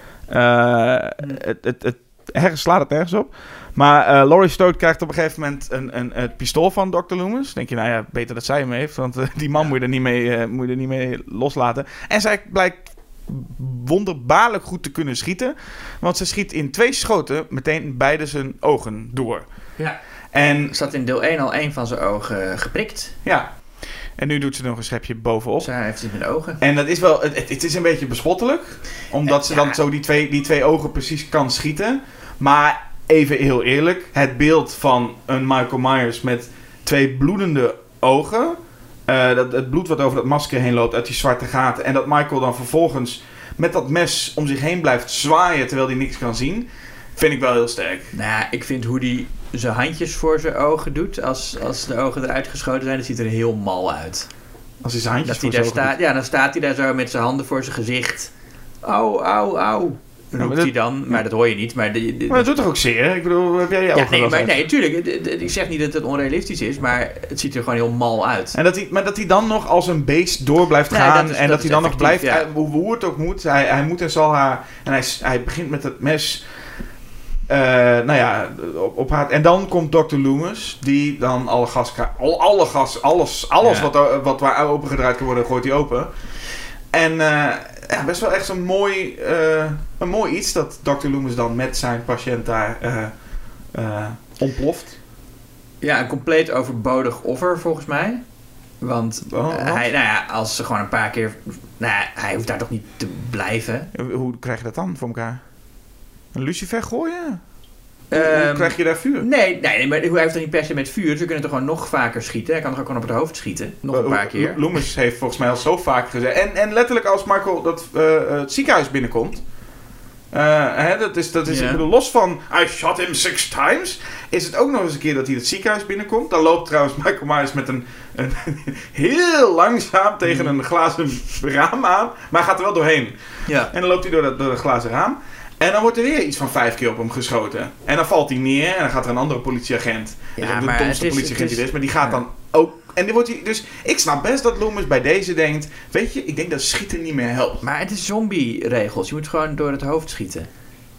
Het slaat het ergens op. Maar Laurie Strode krijgt op een gegeven moment een pistool van Dr. Loomis. Dan denk je, beter dat zij hem heeft. Want die man moet je er niet mee loslaten. En zij blijkt wonderbaarlijk goed te kunnen schieten. Want ze schiet in 2 schoten meteen beide zijn ogen door. Ja. En zat in deel 1 al 1 van zijn ogen geprikt. Ja. En nu doet ze nog een schepje bovenop. Zij heeft het in de ogen. En dat is wel... Het is een beetje bespottelijk. Omdat ze dan zo die twee ogen precies kan schieten. Maar even heel eerlijk. Het beeld van een Michael Myers met 2 bloedende ogen. Het bloed wat over dat masker heen loopt uit die zwarte gaten. En dat Michael dan vervolgens met dat mes om zich heen blijft zwaaien terwijl hij niks kan zien. Vind ik wel heel sterk. Nou, ik vind hoe die zijn handjes voor zijn ogen doet. Als de ogen eruit geschoten zijn, dat ziet er heel mal uit. Als hij zijn handjes voor zijn ogen doet? Ja, dan staat hij daar zo met zijn handen voor zijn gezicht. Au, au, au. Roept hij dan, maar dat hoor je niet. Maar dat doet toch ook zeer? Ik bedoel, heb jij je ogen nee, tuurlijk. Ik zeg niet dat het onrealistisch is, maar het ziet er gewoon heel mal uit. En dat hij dan nog als een beest door blijft gaan. Dat hij dan nog blijft, hoe het ook moet. Hij moet en zal haar... En hij begint met het mes... op haar... En dan komt Dr. Loomis, die dan alles wat waar opengedraaid kan worden, gooit hij open. En best wel echt een mooi iets dat Dr. Loomis dan met zijn patiënt daar ontploft. Ja, een compleet overbodig offer volgens mij. Want als ze gewoon een paar keer... hij hoeft daar toch niet te blijven. Hoe krijg je dat dan voor elkaar? Een lucifer gooien? Hoe krijg je daar vuur? Nee, maar hij heeft er niet per se met vuur. Ze kunnen toch gewoon nog vaker schieten. Hij kan toch ook gewoon op het hoofd schieten. Nog een paar keer. Loomis heeft volgens mij al zo vaak gezegd. En letterlijk als Michael het ziekenhuis binnenkomt. Dat is ik bedoel, los van I shot him 6 times. Is het ook nog eens een keer dat hij het ziekenhuis binnenkomt. Dan loopt trouwens Michael Myers met een heel langzaam tegen een glazen raam aan. Maar hij gaat er wel doorheen. Ja. En dan loopt hij door het glazen raam. En dan wordt er weer iets van 5 keer op hem geschoten. En dan valt hij neer en dan gaat er een andere politieagent. Ja, de domste politieagent die er is. Maar die gaat dan ook... En die wordt hij, dus ik snap best dat Loomis bij deze denkt... Weet je, ik denk dat schieten niet meer helpt. Maar het is zombie-regels. Je moet gewoon door het hoofd schieten.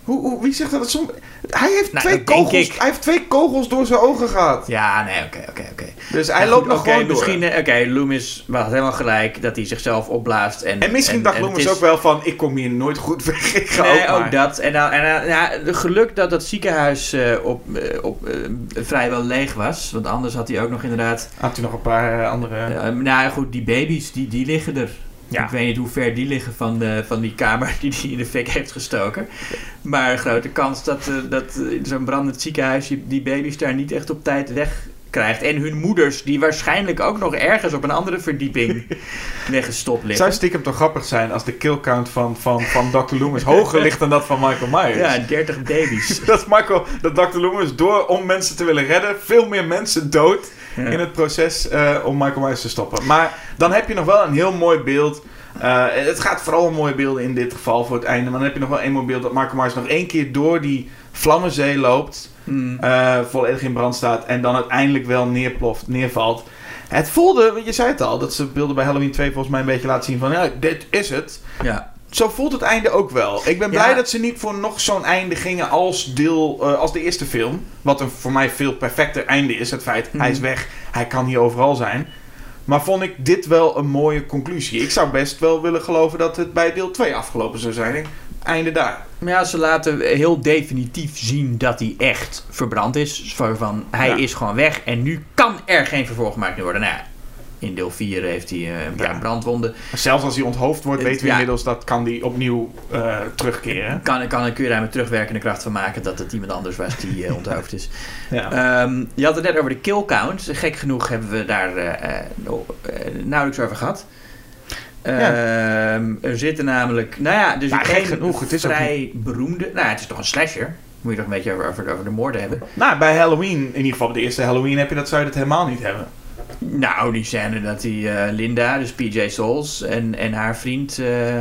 Wie zegt dat? Hij heeft Nou, twee dat denk kogels. ik. Hij heeft 2 kogels door zijn ogen gehad. Ja, nee, oké. Dus hij loopt nog gewoon door. Misschien, Loomis had helemaal gelijk dat hij zichzelf opblaast. En misschien dacht Loomis ook wel van, ik kom hier nooit goed weg. Ik ga nee, ook ook dat. En geluk dat geluk vrijwel leeg was. Want anders had hij ook nog inderdaad... Had hij nog een paar andere... goed, die baby's, die liggen er. Ja. Ik weet niet hoe ver die liggen van die kamer die hij in de fik heeft gestoken. Maar een grote kans dat zo'n brandend ziekenhuis die baby's daar niet echt op tijd wegkrijgt. En hun moeders, die waarschijnlijk ook nog ergens op een andere verdieping weggestopt liggen. Zou stiekem toch grappig zijn als de killcount van Dr. Loomis hoger ligt dan dat van Michael Myers? Ja, 30 baby's. dat Dr. Loomis om mensen te willen redden, veel meer mensen dood in het proces om Michael Myers te stoppen. Maar dan heb je nog wel een heel mooi beeld. Het gaat vooral om mooie beelden in dit geval voor het einde. Maar dan heb je nog wel een mooi beeld dat Michael Myers nog 1 keer door die Vlammenzee loopt. Volledig in brand staat. En dan uiteindelijk wel neervalt. Het voelde, je zei het al, dat ze beelden bij Halloween 2 volgens mij een beetje laten zien van, ja, dit is het. Ja. Zo voelt het einde ook wel. Ik ben blij dat ze niet voor nog zo'n einde gingen als de eerste film. Wat een voor mij veel perfecter einde is. Het feit, hij is weg, hij kan hier overal zijn. Maar vond ik dit wel een mooie conclusie. Ik zou best wel willen geloven dat het bij deel 2 afgelopen zou zijn. Einde daar. Maar ja, ze laten heel definitief zien dat hij echt verbrand is. Van, hij is gewoon weg en nu kan er geen vervolg gemaakt worden. Nou ja, in deel 4 heeft hij een paar brandwonden. Zelfs als hij onthoofd wordt, weten we inmiddels dat kan hij opnieuw terugkeren. Kun je daar met terugwerkende kracht van maken dat het iemand anders was die onthoofd is. Ja. Je had het net over de kill count. Gek genoeg hebben we daar nauwelijks over gehad. Er zitten namelijk... dus gek genoeg. Het is vrij beroemde... het is toch een slasher. Moet je toch een beetje over de moorden hebben. Nou, bij Halloween, in ieder geval bij de eerste Halloween, zou je dat helemaal niet hebben. Nou, die scène dat die Linda, dus PJ Souls en haar vriend...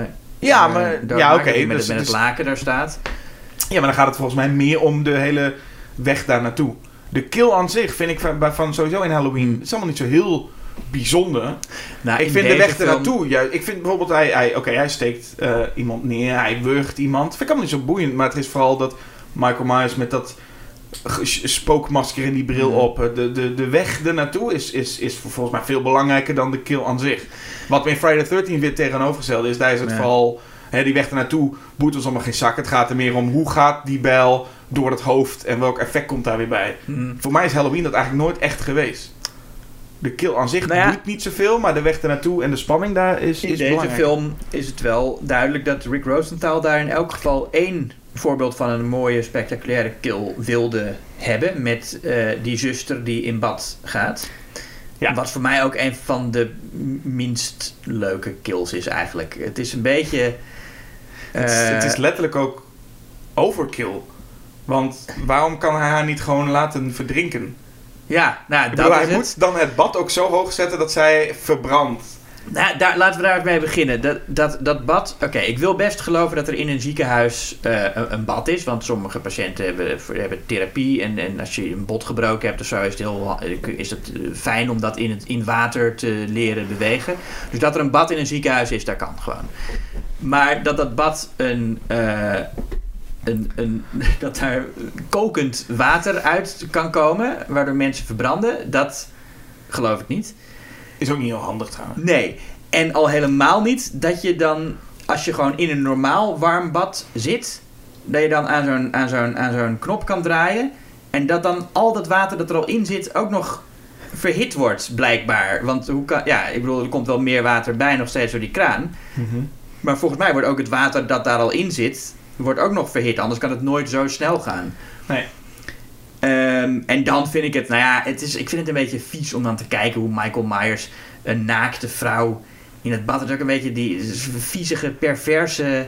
met het laken daar staat. Ja, maar dan gaat het volgens mij meer om de hele weg daar naartoe. De kill aan zich vind ik van sowieso in Halloween... is allemaal niet zo heel bijzonder. Nou, ik vind de weg ernaartoe... Ik vind bijvoorbeeld... Hij steekt iemand neer. Hij wurgt iemand. Vind ik allemaal niet zo boeiend. Maar het is vooral dat Michael Myers met dat spookmasker en die bril op. De weg ernaartoe is volgens mij veel belangrijker dan de kill aan zich. Wat me in Friday the 13th weer tegenovergesteld is. Daar is het vooral... die weg ernaartoe boeit ons allemaal geen zak. Het gaat er meer om hoe gaat die bijl door het hoofd en welk effect komt daar weer bij. Voor mij is Halloween dat eigenlijk nooit echt geweest. De kill aan zich boeit niet zoveel, maar de weg ernaartoe en de spanning daar is belangrijk. In deze film is het wel duidelijk dat Rick Rosenthal daar in elk geval 1 voorbeeld van een mooie, spectaculaire kill wilde hebben. Met die zuster die in bad gaat. Ja. Wat voor mij ook een van de minst leuke kills is eigenlijk. Het is een beetje... Het is letterlijk ook overkill. Want waarom kan hij haar niet gewoon laten verdrinken? Ja, hij moet dan het bad ook zo hoog zetten dat zij verbrandt. Nou, laten we daar mee beginnen. Dat bad... Oké, ik wil best geloven dat er in een ziekenhuis een bad is. Want sommige patiënten hebben therapie. En als je een bot gebroken hebt of zo... is het fijn om dat in water te leren bewegen. Dus dat er een bad in een ziekenhuis is, dat kan gewoon. Maar dat bad dat daar kokend water uit kan komen... waardoor mensen verbranden, dat geloof ik niet. Is ook niet heel handig trouwens. Nee, en al helemaal niet dat je dan, als je gewoon in een normaal warm bad zit... dat je dan aan zo'n knop kan draaien... en dat dan al dat water dat er al in zit ook nog verhit wordt, blijkbaar. Want ik bedoel, er komt wel meer water bij nog steeds door die kraan. Mm-hmm. Maar volgens mij wordt ook het water dat daar al in zit... wordt ook nog verhit, anders kan het nooit zo snel gaan. Nee. En dan vind ik het... ik vind het een beetje vies om dan te kijken hoe Michael Myers... een naakte vrouw in het bad... Het is ook een beetje die viezige, perverse...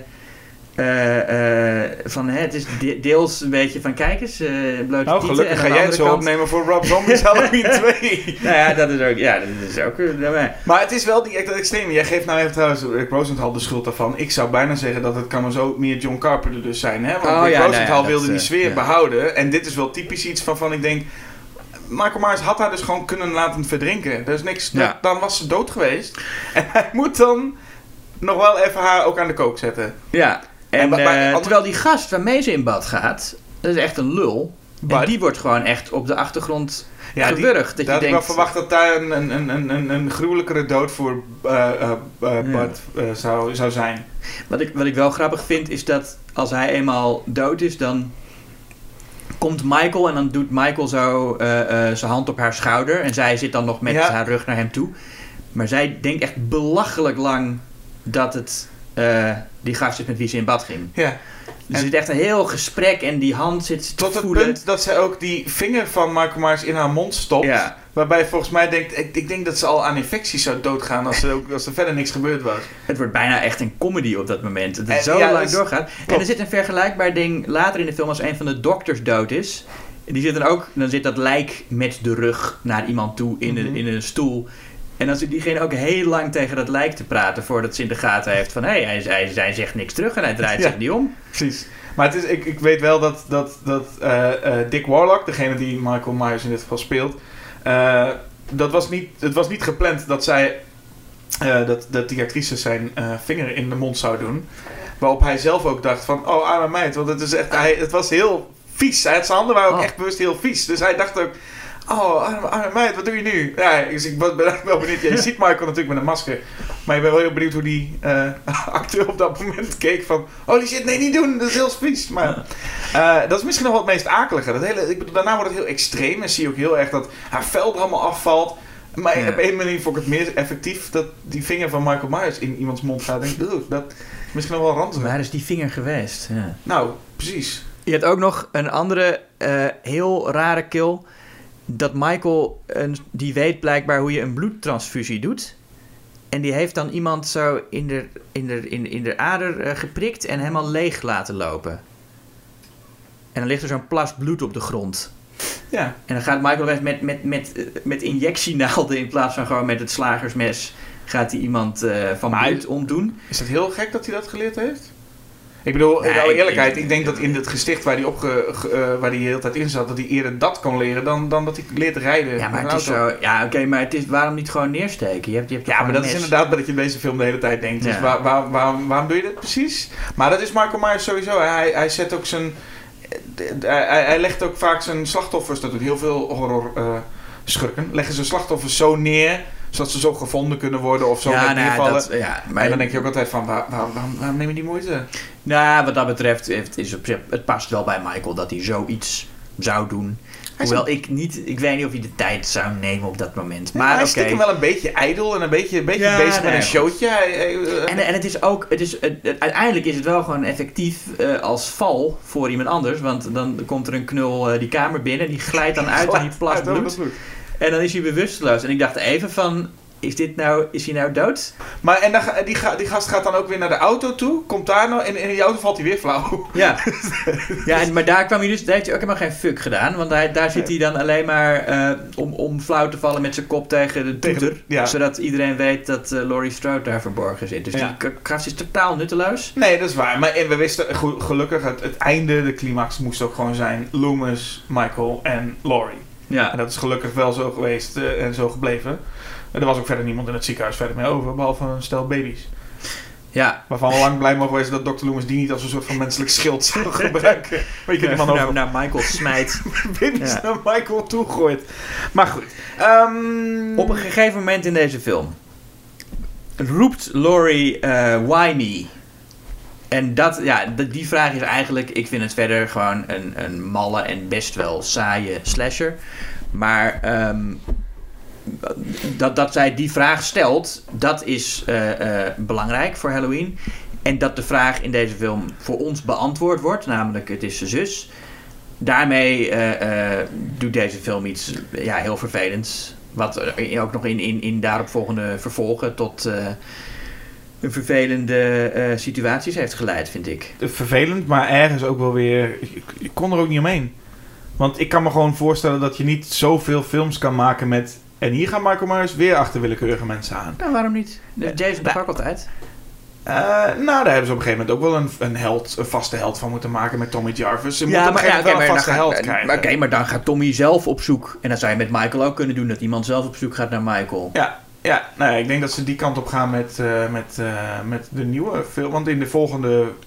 het is deels een beetje van... Kijk eens, blote tieten. Gelukkig ga jij het zo opnemen voor Rob Zombie's Halloween 2. Dat is ook... Maar het is wel die extreme. Jij geeft nou even trouwens Rick Rosenthal de schuld daarvan. Ik zou bijna zeggen dat het kan zo meer John Carpenter dus zijn. Hè? Want Rick Rosenthal wilde die sfeer behouden. En dit is wel typisch iets waarvan ik denk... Michael Myers had haar dus gewoon kunnen laten verdrinken. Er is niks... Dan was ze dood geweest. En hij moet dan nog wel even haar ook aan de kook zetten. Ja. En, maar terwijl die gast waarmee ze in bad gaat, dat is echt een lul. Bud. En die wordt gewoon echt op de achtergrond Ja, gewurgd. Dat ik wel verwacht dat daar een gruwelijkere dood voor Bud zou zijn. Wat ik wel grappig vind, is dat als hij eenmaal dood is, dan komt Michael en dan doet Michael zo zijn hand op haar schouder. En zij zit dan nog met haar rug naar hem toe. Maar zij denkt echt belachelijk lang dat het die gast is met wie ze in bad ging. Ja. Dus er zit echt een heel gesprek en die hand zit te tot voelen. het punt dat zij ook die vinger van Michael Myers in haar mond stopt. Ja. Waarbij je volgens mij denkt, ik denk dat ze al aan infecties zou doodgaan als er verder niks gebeurd was. Het wordt bijna echt een comedy op dat moment. Dat het En, zo ja, lang dus- doorgaat. En er zit een vergelijkbaar ding later in de film als een van de dokters dood is. Die zit dan zit dat lijk met de rug naar iemand toe in een stoel. En dan zit diegene ook heel lang tegen dat lijk te praten voordat ze in de gaten heeft van hij zegt niks terug en hij draait zich niet om. Precies. Maar het is, ik weet wel dat Dick Warlock, degene die Michael Myers in dit geval speelt, het was niet gepland dat zij dat die actrice zijn vinger in de mond zou doen. Waarop hij zelf ook dacht van, oh arme meid, want het was heel vies. Zijn handen waren ook echt bewust heel vies. Dus hij dacht ook, oh arme meid, wat doe je nu? Ja, dus ik ben eigenlijk wel benieuwd. Je ziet Michael natuurlijk met een masker. Maar je bent wel heel benieuwd hoe die acteur op dat moment keek van, holy shit, nee, niet doen, dat is heel vies. Maar dat is misschien nog wel het meest akelige. Ik bedoel, daarna wordt het heel extreem en zie je ook heel erg dat haar vel er allemaal afvalt. Maar op een manier vond ik het meer effectief dat die vinger van Michael Myers in iemands mond gaat. Denk ik, dat is misschien nog wel ranzig. Waar is die vinger geweest? Ja. Nou, precies. Je hebt ook nog een andere heel rare kill. Dat Michael, die weet blijkbaar hoe je een bloedtransfusie doet. En die heeft dan iemand zo in de ader geprikt en helemaal leeg laten lopen. En dan ligt er zo'n plas bloed op de grond. Ja. En dan gaat Michael weg met injectienaalden in plaats van gewoon met het slagersmes. Gaat hij iemand van bloed ontdoen. Is dat heel gek dat hij dat geleerd heeft? Ik bedoel, in alle eerlijkheid, ik denk dat in het gesticht waar hij de hele tijd in zat, dat hij eerder dat kon leren dan dat hij leert rijden. Ja, maar het is zo. Ja, oké, maar het is waarom niet gewoon neersteken? Je hebt ja, maar dat is inderdaad wat je in deze film de hele tijd denkt. Dus Ja. waarom doe je dat precies? Maar dat is Michael Myers sowieso. Hij zet ook zijn. Hij legt ook vaak zijn slachtoffers. Dat doet heel veel horror schurken. Leggen zijn slachtoffers zo neer, zodat ze zo gevonden kunnen worden of zo neervallen. Maar en dan denk je ook altijd van, waarom neem je die moeite? Nou, wat dat betreft, het past wel bij Michael dat hij zoiets zou doen. Hoewel ik weet niet of hij de tijd zou nemen op dat moment. Maar hij is stiekem wel een beetje ijdel en een beetje bezig met een showtje. En het is ook, uiteindelijk is het wel gewoon effectief als val voor iemand anders. Want dan komt er een knul die kamer binnen, die glijdt dan uit in die plas bloed. En dan is hij bewusteloos. En ik dacht even van, is hij nou dood? Maar en dan, die gast gaat dan ook weer naar de auto toe, komt daar nou en in die auto valt hij weer flauw. Ja, maar daar heeft hij ook helemaal geen fuck gedaan. Want daar zit hij dan alleen maar om flauw te vallen met zijn kop tegen de toeter. Zodat iedereen weet dat Laurie Strode daar verborgen zit. Dus die kracht is totaal nutteloos. Nee, dat is waar. Maar we wisten gelukkig, het einde, de climax moest ook gewoon zijn Loomis, Michael en Laurie. Ja. En dat is gelukkig wel zo geweest en zo gebleven. Er was ook verder niemand in het ziekenhuis verder mee over, behalve een stel baby's. Ja. Waarvan we lang blij mogen wezen dat Dr. Loomis die niet als een soort van menselijk schild zou gebruiken. Maar je kunt die man naar Michael smijt. baby's naar Michael toe gooit. Maar goed. Op een gegeven moment in deze film roept Laurie why me? En die vraag is eigenlijk, ik vind het verder gewoon een malle en best wel saaie slasher. Maar dat zij die vraag stelt, dat is belangrijk voor Halloween. En dat de vraag in deze film voor ons beantwoord wordt, namelijk het is zijn zus. Daarmee doet deze film iets heel vervelends. Wat ook nog in daaropvolgende vervolgen tot een vervelende situaties heeft geleid, vind ik. Vervelend, maar ergens ook wel weer. Ik kon er ook niet omheen. Want ik kan me gewoon voorstellen dat je niet zoveel films kan maken met. En hier gaan Michael Myers weer achter willekeurige mensen aan. Nou, waarom niet? Jason doet ook altijd. Daar hebben ze op een gegeven moment ook wel een vaste held van moeten maken met Tommy Jarvis. Ze moeten wel een vaste held krijgen. Oké, maar dan gaat Tommy zelf op zoek. En dat zou je met Michael ook kunnen doen, dat iemand zelf op zoek gaat naar Michael. Ja, ik denk dat ze die kant op gaan met de nieuwe film. Want in de volgende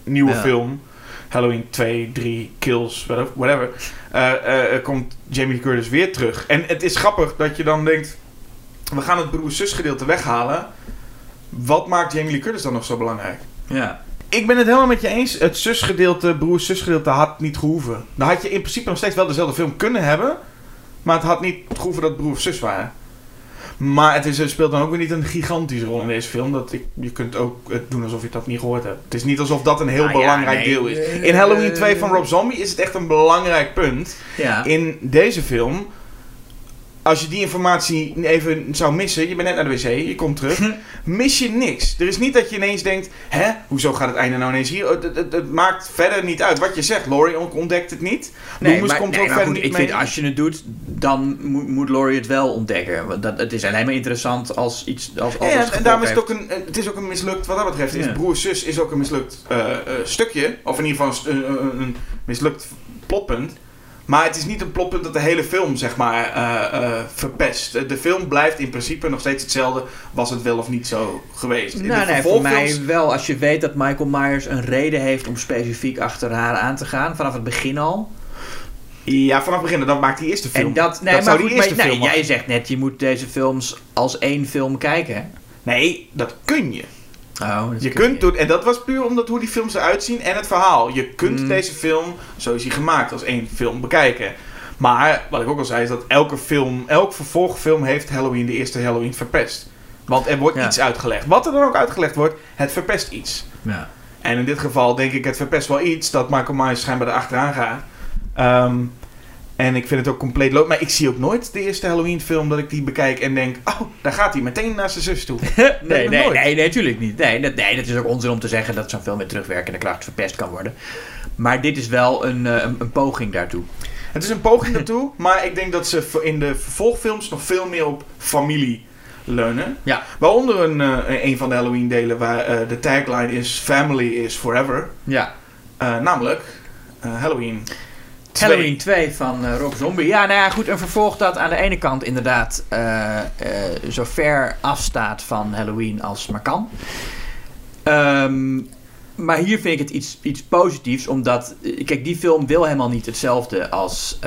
nieuwe film, Halloween 2, 3, Kills, whatever, komt Jamie Lee Curtis weer terug. En het is grappig dat je dan denkt, we gaan het broer-zus gedeelte weghalen. Wat maakt Jamie Lee Curtis dan nog zo belangrijk? Ja. Ik ben het helemaal met je eens. Het zusgedeelte, broer-zusgedeelte had niet gehoeven. Dan had je in principe nog steeds wel dezelfde film kunnen hebben. Maar het had niet gehoeven dat broer of zus waren. Maar het speelt dan ook weer niet een gigantische rol in deze film. Je kunt ook het doen alsof je dat niet gehoord hebt. Het is niet alsof dat een heel belangrijk deel is. In Halloween 2 van Rob Zombie is het echt een belangrijk punt. Ja. In deze film, als je die informatie even zou missen, je bent net naar de wc, je komt terug, mis je niks. Er is niet dat je ineens denkt, hoezo gaat het einde nou ineens hier? Het maakt verder niet uit. Wat je zegt, Laurie ontdekt het niet. Loomis komt ook verder niet ik mee. vind, als je het doet, dan moet Laurie het wel ontdekken. Want het is alleen maar interessant als iets... En daarom is het is ook een mislukt, wat dat betreft. Is broer-zus is ook een mislukt stukje. Of in ieder geval een mislukt plotpunt. Maar het is niet een plotpunt dat de hele film, zeg maar, verpest. De film blijft in principe nog steeds hetzelfde. Was het wel of niet zo geweest? Nee, voor mij wel. Als je weet dat Michael Myers een reden heeft om specifiek achter haar aan te gaan. Vanaf het begin al. Ja, vanaf het begin. Dat maakt die eerste film. Jij zegt net, je moet deze films als één film kijken. Nee, dat kun je. Oh, en dat was puur omdat hoe die films eruit zien en het verhaal. Je kunt deze film, zo is hij gemaakt, als één film bekijken. Maar, wat ik ook al zei, is dat elke vervolgfilm heeft Halloween, de eerste Halloween, verpest. Want er wordt iets uitgelegd. Wat er dan ook uitgelegd wordt, het verpest iets. Ja. En in dit geval denk ik, het verpest wel iets dat Michael Myers schijnbaar erachteraan gaat. En ik vind het ook compleet logisch. Maar ik zie ook nooit de eerste Halloween film dat ik die bekijk en denk, oh, daar gaat hij meteen naar zijn zus toe. Nee, natuurlijk niet. Nee, dat is ook onzin om te zeggen dat zo'n film met terugwerkende kracht verpest kan worden. Maar dit is wel een poging daartoe. Het is een poging daartoe, maar ik denk dat ze in de vervolgfilms nog veel meer op familie leunen. Ja. Waaronder een van de Halloween delen waar de tagline is Family is Forever. Ja. Namelijk Halloween 2 van Rob Zombie. Ja, nou ja, goed. Een vervolg dat aan de ene kant inderdaad zo ver afstaat van Halloween als maar kan. Maar hier vind ik het iets positiefs, omdat... Kijk, die film wil helemaal niet hetzelfde als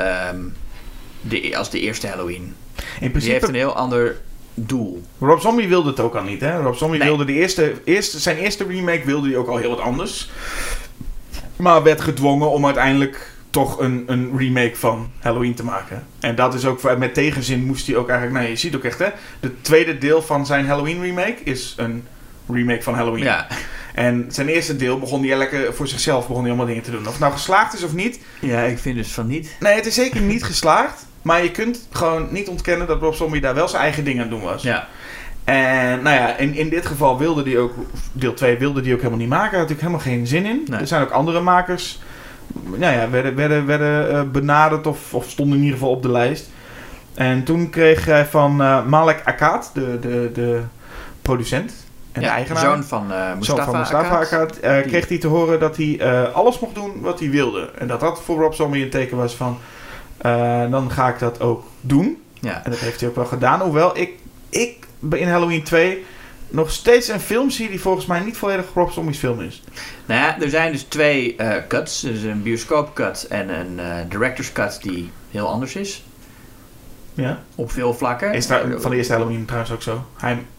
de eerste Halloween. In principe, die heeft een heel ander doel. Rob Zombie wilde het ook al niet, hè? Rob Zombie wilde zijn eerste remake wilde hij ook al heel wat anders. Maar werd gedwongen om uiteindelijk toch een remake van Halloween te maken. En dat is ook met tegenzin moest hij ook eigenlijk... Nee, je ziet ook echt, hè? De tweede deel van zijn Halloween remake is een remake van Halloween. Ja. En zijn eerste deel begon hij lekker voor zichzelf allemaal dingen te doen. Of het nou geslaagd is of niet. Ja, ik vind dus van niet. Nee, het is zeker niet geslaagd. Maar je kunt gewoon niet ontkennen dat Rob Zombie daar wel zijn eigen ding aan het doen was. Ja. En nou ja, in dit geval wilde hij ook... Deel 2 wilde hij ook helemaal niet maken. Daar had natuurlijk helemaal geen zin in. Nee. Er zijn ook andere makers... Nou ja, werden benaderd of stonden in ieder geval op de lijst. En toen kreeg hij van Malek Akkad, de producent en de eigenaar, zoon van Mustafa Akkad, kreeg hij te horen dat hij alles mocht doen wat hij wilde. En dat voor Rob Zombie een teken was van, dan ga ik dat ook doen. Ja. En dat heeft hij ook wel gedaan. Hoewel ik in Halloween 2... nog steeds een film zie die volgens mij niet volledig Rob Zombie's film is. Nou ja, er zijn dus 2 cuts. Dus een bioscoopcut en een director's cut die heel anders is. Ja. Op veel vlakken. Is van de eerste Halloween trouwens ook zo?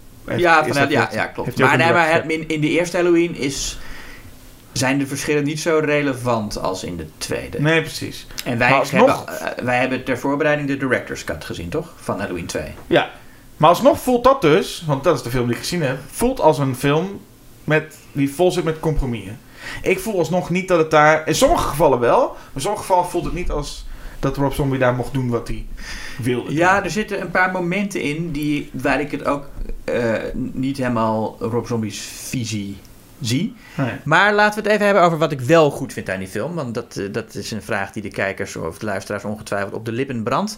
Klopt. Maar in de eerste Halloween zijn de verschillen niet zo relevant als in de tweede. Nee, precies. En wij hebben ter voorbereiding de director's cut gezien, toch? Van Halloween 2. Ja. Maar alsnog voelt dat dus, want dat is de film die ik gezien heb, voelt als een film die vol zit met compromissen. Ik voel alsnog niet dat het daar, in sommige gevallen wel, maar in sommige gevallen voelt het niet als dat Rob Zombie daar mocht doen wat hij wilde. Ja, er zitten een paar momenten in waar ik het ook niet helemaal Rob Zombie's visie zie. Nee. Maar laten we het even hebben over wat ik wel goed vind aan die film. Want dat is een vraag die de kijkers of de luisteraars ongetwijfeld op de lippen brandt.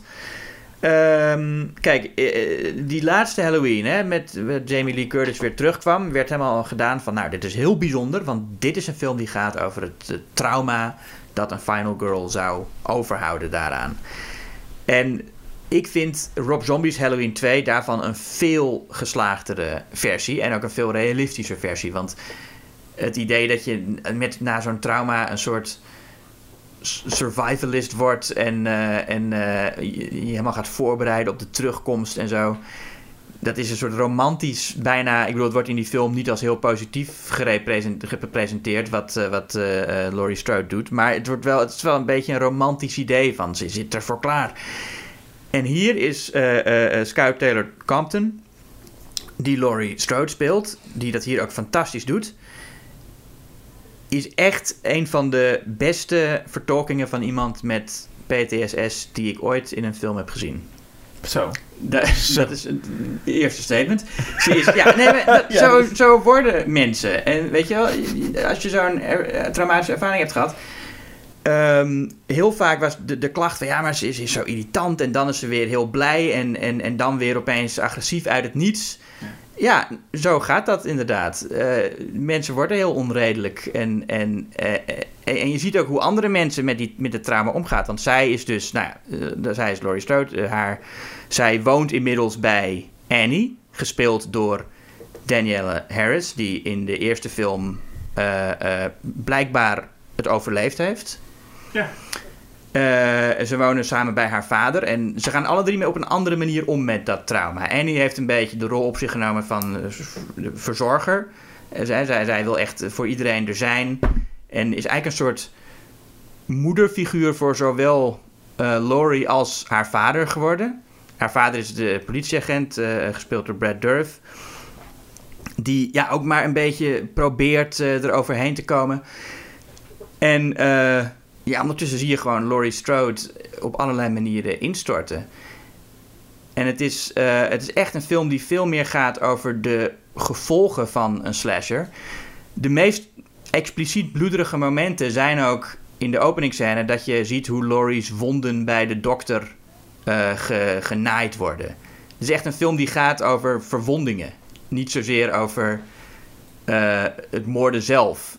Kijk, die laatste Halloween, hè, met Jamie Lee Curtis weer terugkwam, werd helemaal gedaan van, nou, dit is heel bijzonder, want dit is een film die gaat over het trauma dat een Final Girl zou overhouden daaraan. En ik vind Rob Zombie's Halloween 2 daarvan een veel geslaagdere versie en ook een veel realistischer versie, want Het idee dat je na zo'n trauma een soort survivalist wordt en je helemaal gaat voorbereiden op de terugkomst en zo. Dat is een soort romantisch bijna... Ik bedoel, het wordt in die film niet als heel positief gepresenteerd wat Laurie Strode doet. Maar het is wel een beetje een romantisch idee van ze zit ervoor klaar. En hier is Scout Taylor Compton, die Laurie Strode speelt, die dat hier ook fantastisch doet, is echt een van de beste vertolkingen van iemand met PTSS die ik ooit in een film heb gezien. Zo. Dat is het eerste statement. Zo worden mensen. En weet je wel, als je zo'n traumatische ervaring hebt gehad, heel vaak was de klacht van maar ze is zo irritant en dan is ze weer heel blij en dan weer opeens agressief uit het niets. Ja, zo gaat dat inderdaad. Mensen worden heel onredelijk en je ziet ook hoe andere mensen met het trauma omgaan. Want zij is dus, zij is Laurie Strode. Zij woont inmiddels bij Annie, gespeeld door Danielle Harris, die in de eerste film blijkbaar het overleefd heeft. Ja. Ze wonen samen bij haar vader en ze gaan alle drie op een andere manier om met dat trauma. Annie heeft een beetje de rol op zich genomen van de verzorger. Zij wil echt voor iedereen er zijn en is eigenlijk een soort moederfiguur voor zowel Laurie als haar vader geworden. Haar vader is de politieagent, gespeeld door Brad Dourif, die ook maar een beetje probeert eroverheen te komen. En ondertussen zie je gewoon Laurie Strode op allerlei manieren instorten. En het is echt een film die veel meer gaat over de gevolgen van een slasher. De meest expliciet bloederige momenten zijn ook in de openingsscène dat je ziet hoe Laurie's wonden bij de dokter genaaid worden. Het is echt een film die gaat over verwondingen. Niet zozeer over het moorden zelf.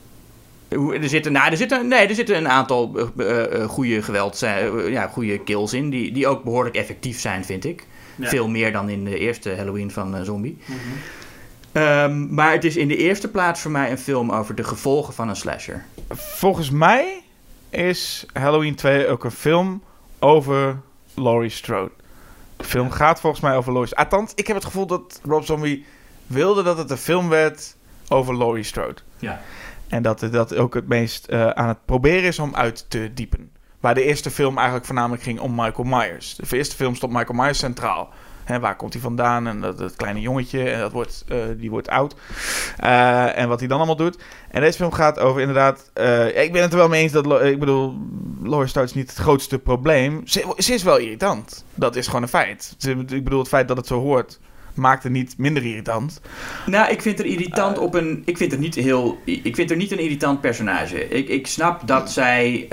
Er zitten een aantal goede goede kills in, die ook behoorlijk effectief zijn, vind ik. Ja. Veel meer dan in de eerste Halloween van Zombie. Mm-hmm. Maar het is in de eerste plaats voor mij een film over de gevolgen van een slasher. Volgens mij is Halloween 2 ook een film over Laurie Strode. De film gaat volgens mij over Laurie Strode. Althans, ik heb het gevoel dat Rob Zombie wilde dat het een film werd over Laurie Strode. Ja. En dat ook het meest aan het proberen is om uit te diepen. Waar de eerste film eigenlijk voornamelijk ging om Michael Myers. De eerste film stond Michael Myers centraal. Waar komt hij vandaan? En dat kleine jongetje, en die wordt oud. En wat hij dan allemaal doet. En deze film gaat over inderdaad... ik ben het er wel mee eens dat... Laurie Strode is niet het grootste probleem. Ze is wel irritant. Dat is gewoon een feit. Ik bedoel, het feit dat het zo hoort maakt het niet minder irritant. Nou, ik vind er irritant ik vind er niet een irritant personage. Ik snap dat zij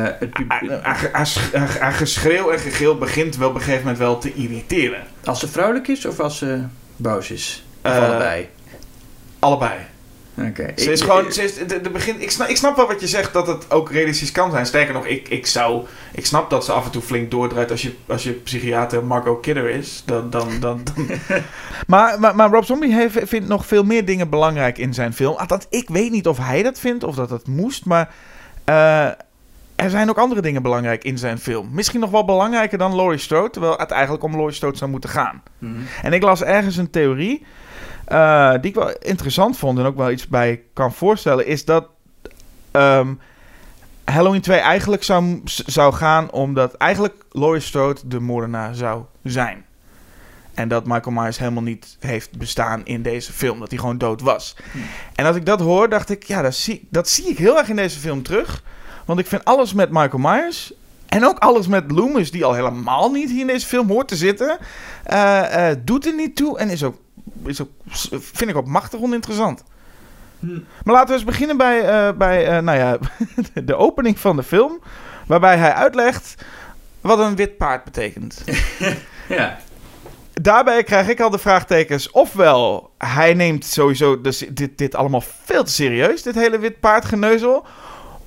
haar geschreeuw en gegil begint wel op een gegeven moment wel te irriteren. Als ze vrolijk is of als ze boos is? Of allebei? Allebei. Okay. Ik snap wel wat je zegt, dat het ook realistisch kan zijn. Sterker nog, ik snap dat ze af en toe flink doordraait als je psychiater Margot Kidder is. Dan. maar Rob Zombie vindt nog veel meer dingen belangrijk in zijn film. Althans, ik weet niet of hij dat vindt of dat het moest, maar er zijn ook andere dingen belangrijk in zijn film. Misschien nog wel belangrijker dan Laurie Strode, terwijl het eigenlijk om Laurie Strode zou moeten gaan. Mm-hmm. En ik las ergens een theorie die ik wel interessant vond en ook wel iets bij kan voorstellen, is dat Halloween 2 eigenlijk zou gaan omdat eigenlijk Laurie Strode de moordenaar zou zijn. En dat Michael Myers helemaal niet heeft bestaan in deze film. Dat hij gewoon dood was. En als ik dat hoor, dacht ik, ja, dat zie ik heel erg in deze film terug. Want ik vind alles met Michael Myers en ook alles met Loomis, die al helemaal niet hier in deze film hoort te zitten, doet er niet toe en is ook, vind ik ook machtig oninteressant. Maar laten we eens beginnen bij de opening van de film, waarbij hij uitlegt wat een wit paard betekent. Ja. Daarbij krijg ik al de vraagtekens. Ofwel, hij neemt sowieso dit allemaal veel te serieus, dit hele wit paardgeneuzel.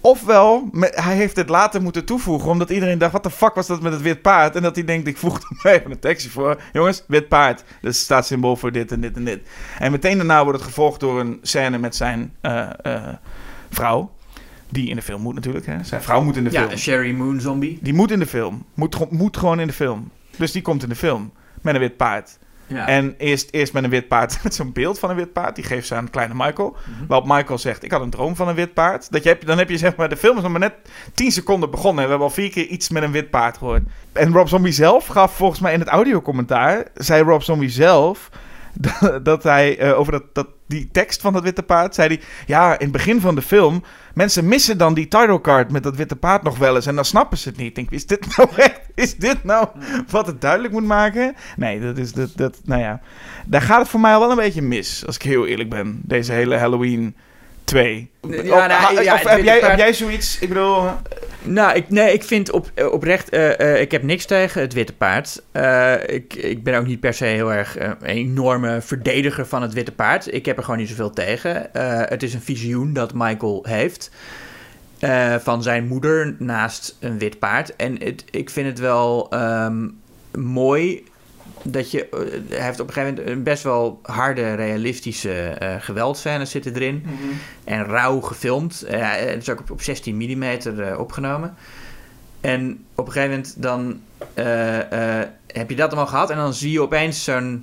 Ofwel, hij heeft het later moeten toevoegen, omdat iedereen dacht, wat de fuck was dat met het wit paard? En dat hij denkt, ik voeg er maar even een tekstje voor. Jongens, wit paard. Dat staat symbool voor dit en dit en dit. En meteen daarna wordt het gevolgd door een scène met zijn vrouw. Die in de film moet natuurlijk, hè. Zijn vrouw moet in de film. Ja, Sherry Moon Zombie. Die moet in de film. Moet gewoon in de film. Dus die komt in de film. Met een wit paard. Ja. En eerst met een wit paard, met zo'n beeld van een wit paard. Die geeft ze aan kleine Michael. Waarop Michael zegt, ik had een droom van een wit paard. Dan heb je zeg maar, de film is nog maar net 10 seconden begonnen. En we hebben al 4 keer iets met een wit paard gehoord. En Rob Zombie zelf gaf volgens mij in het audiocommentaar, zei Rob Zombie zelf, dat hij over die tekst van dat witte paard, zei hij, ja, in het begin van de film, mensen missen dan die title card met dat witte paard nog wel eens en dan snappen ze het niet. Ik denk, is dit nou echt? Is dit nou wat het duidelijk moet maken? Nee, nou ja. Daar gaat het voor mij al wel een beetje mis, als ik heel eerlijk ben. Deze hele Halloween 2. Heb jij zoiets? Ik bedoel... Nou, ik vind oprecht... ik heb niks tegen het witte paard. Ik ben ook niet per se heel erg een enorme verdediger van het witte paard. Ik heb er gewoon niet zoveel tegen. Het is een visioen dat Michael heeft van zijn moeder naast een wit paard. En ik vind het wel mooi dat hij heeft op een gegeven moment een best wel harde, realistische geweldscènes zitten erin. Mm-hmm. En rauw gefilmd. Het is ook op 16 mm opgenomen. En op een gegeven moment dan heb je dat allemaal gehad. En dan zie je opeens zo'n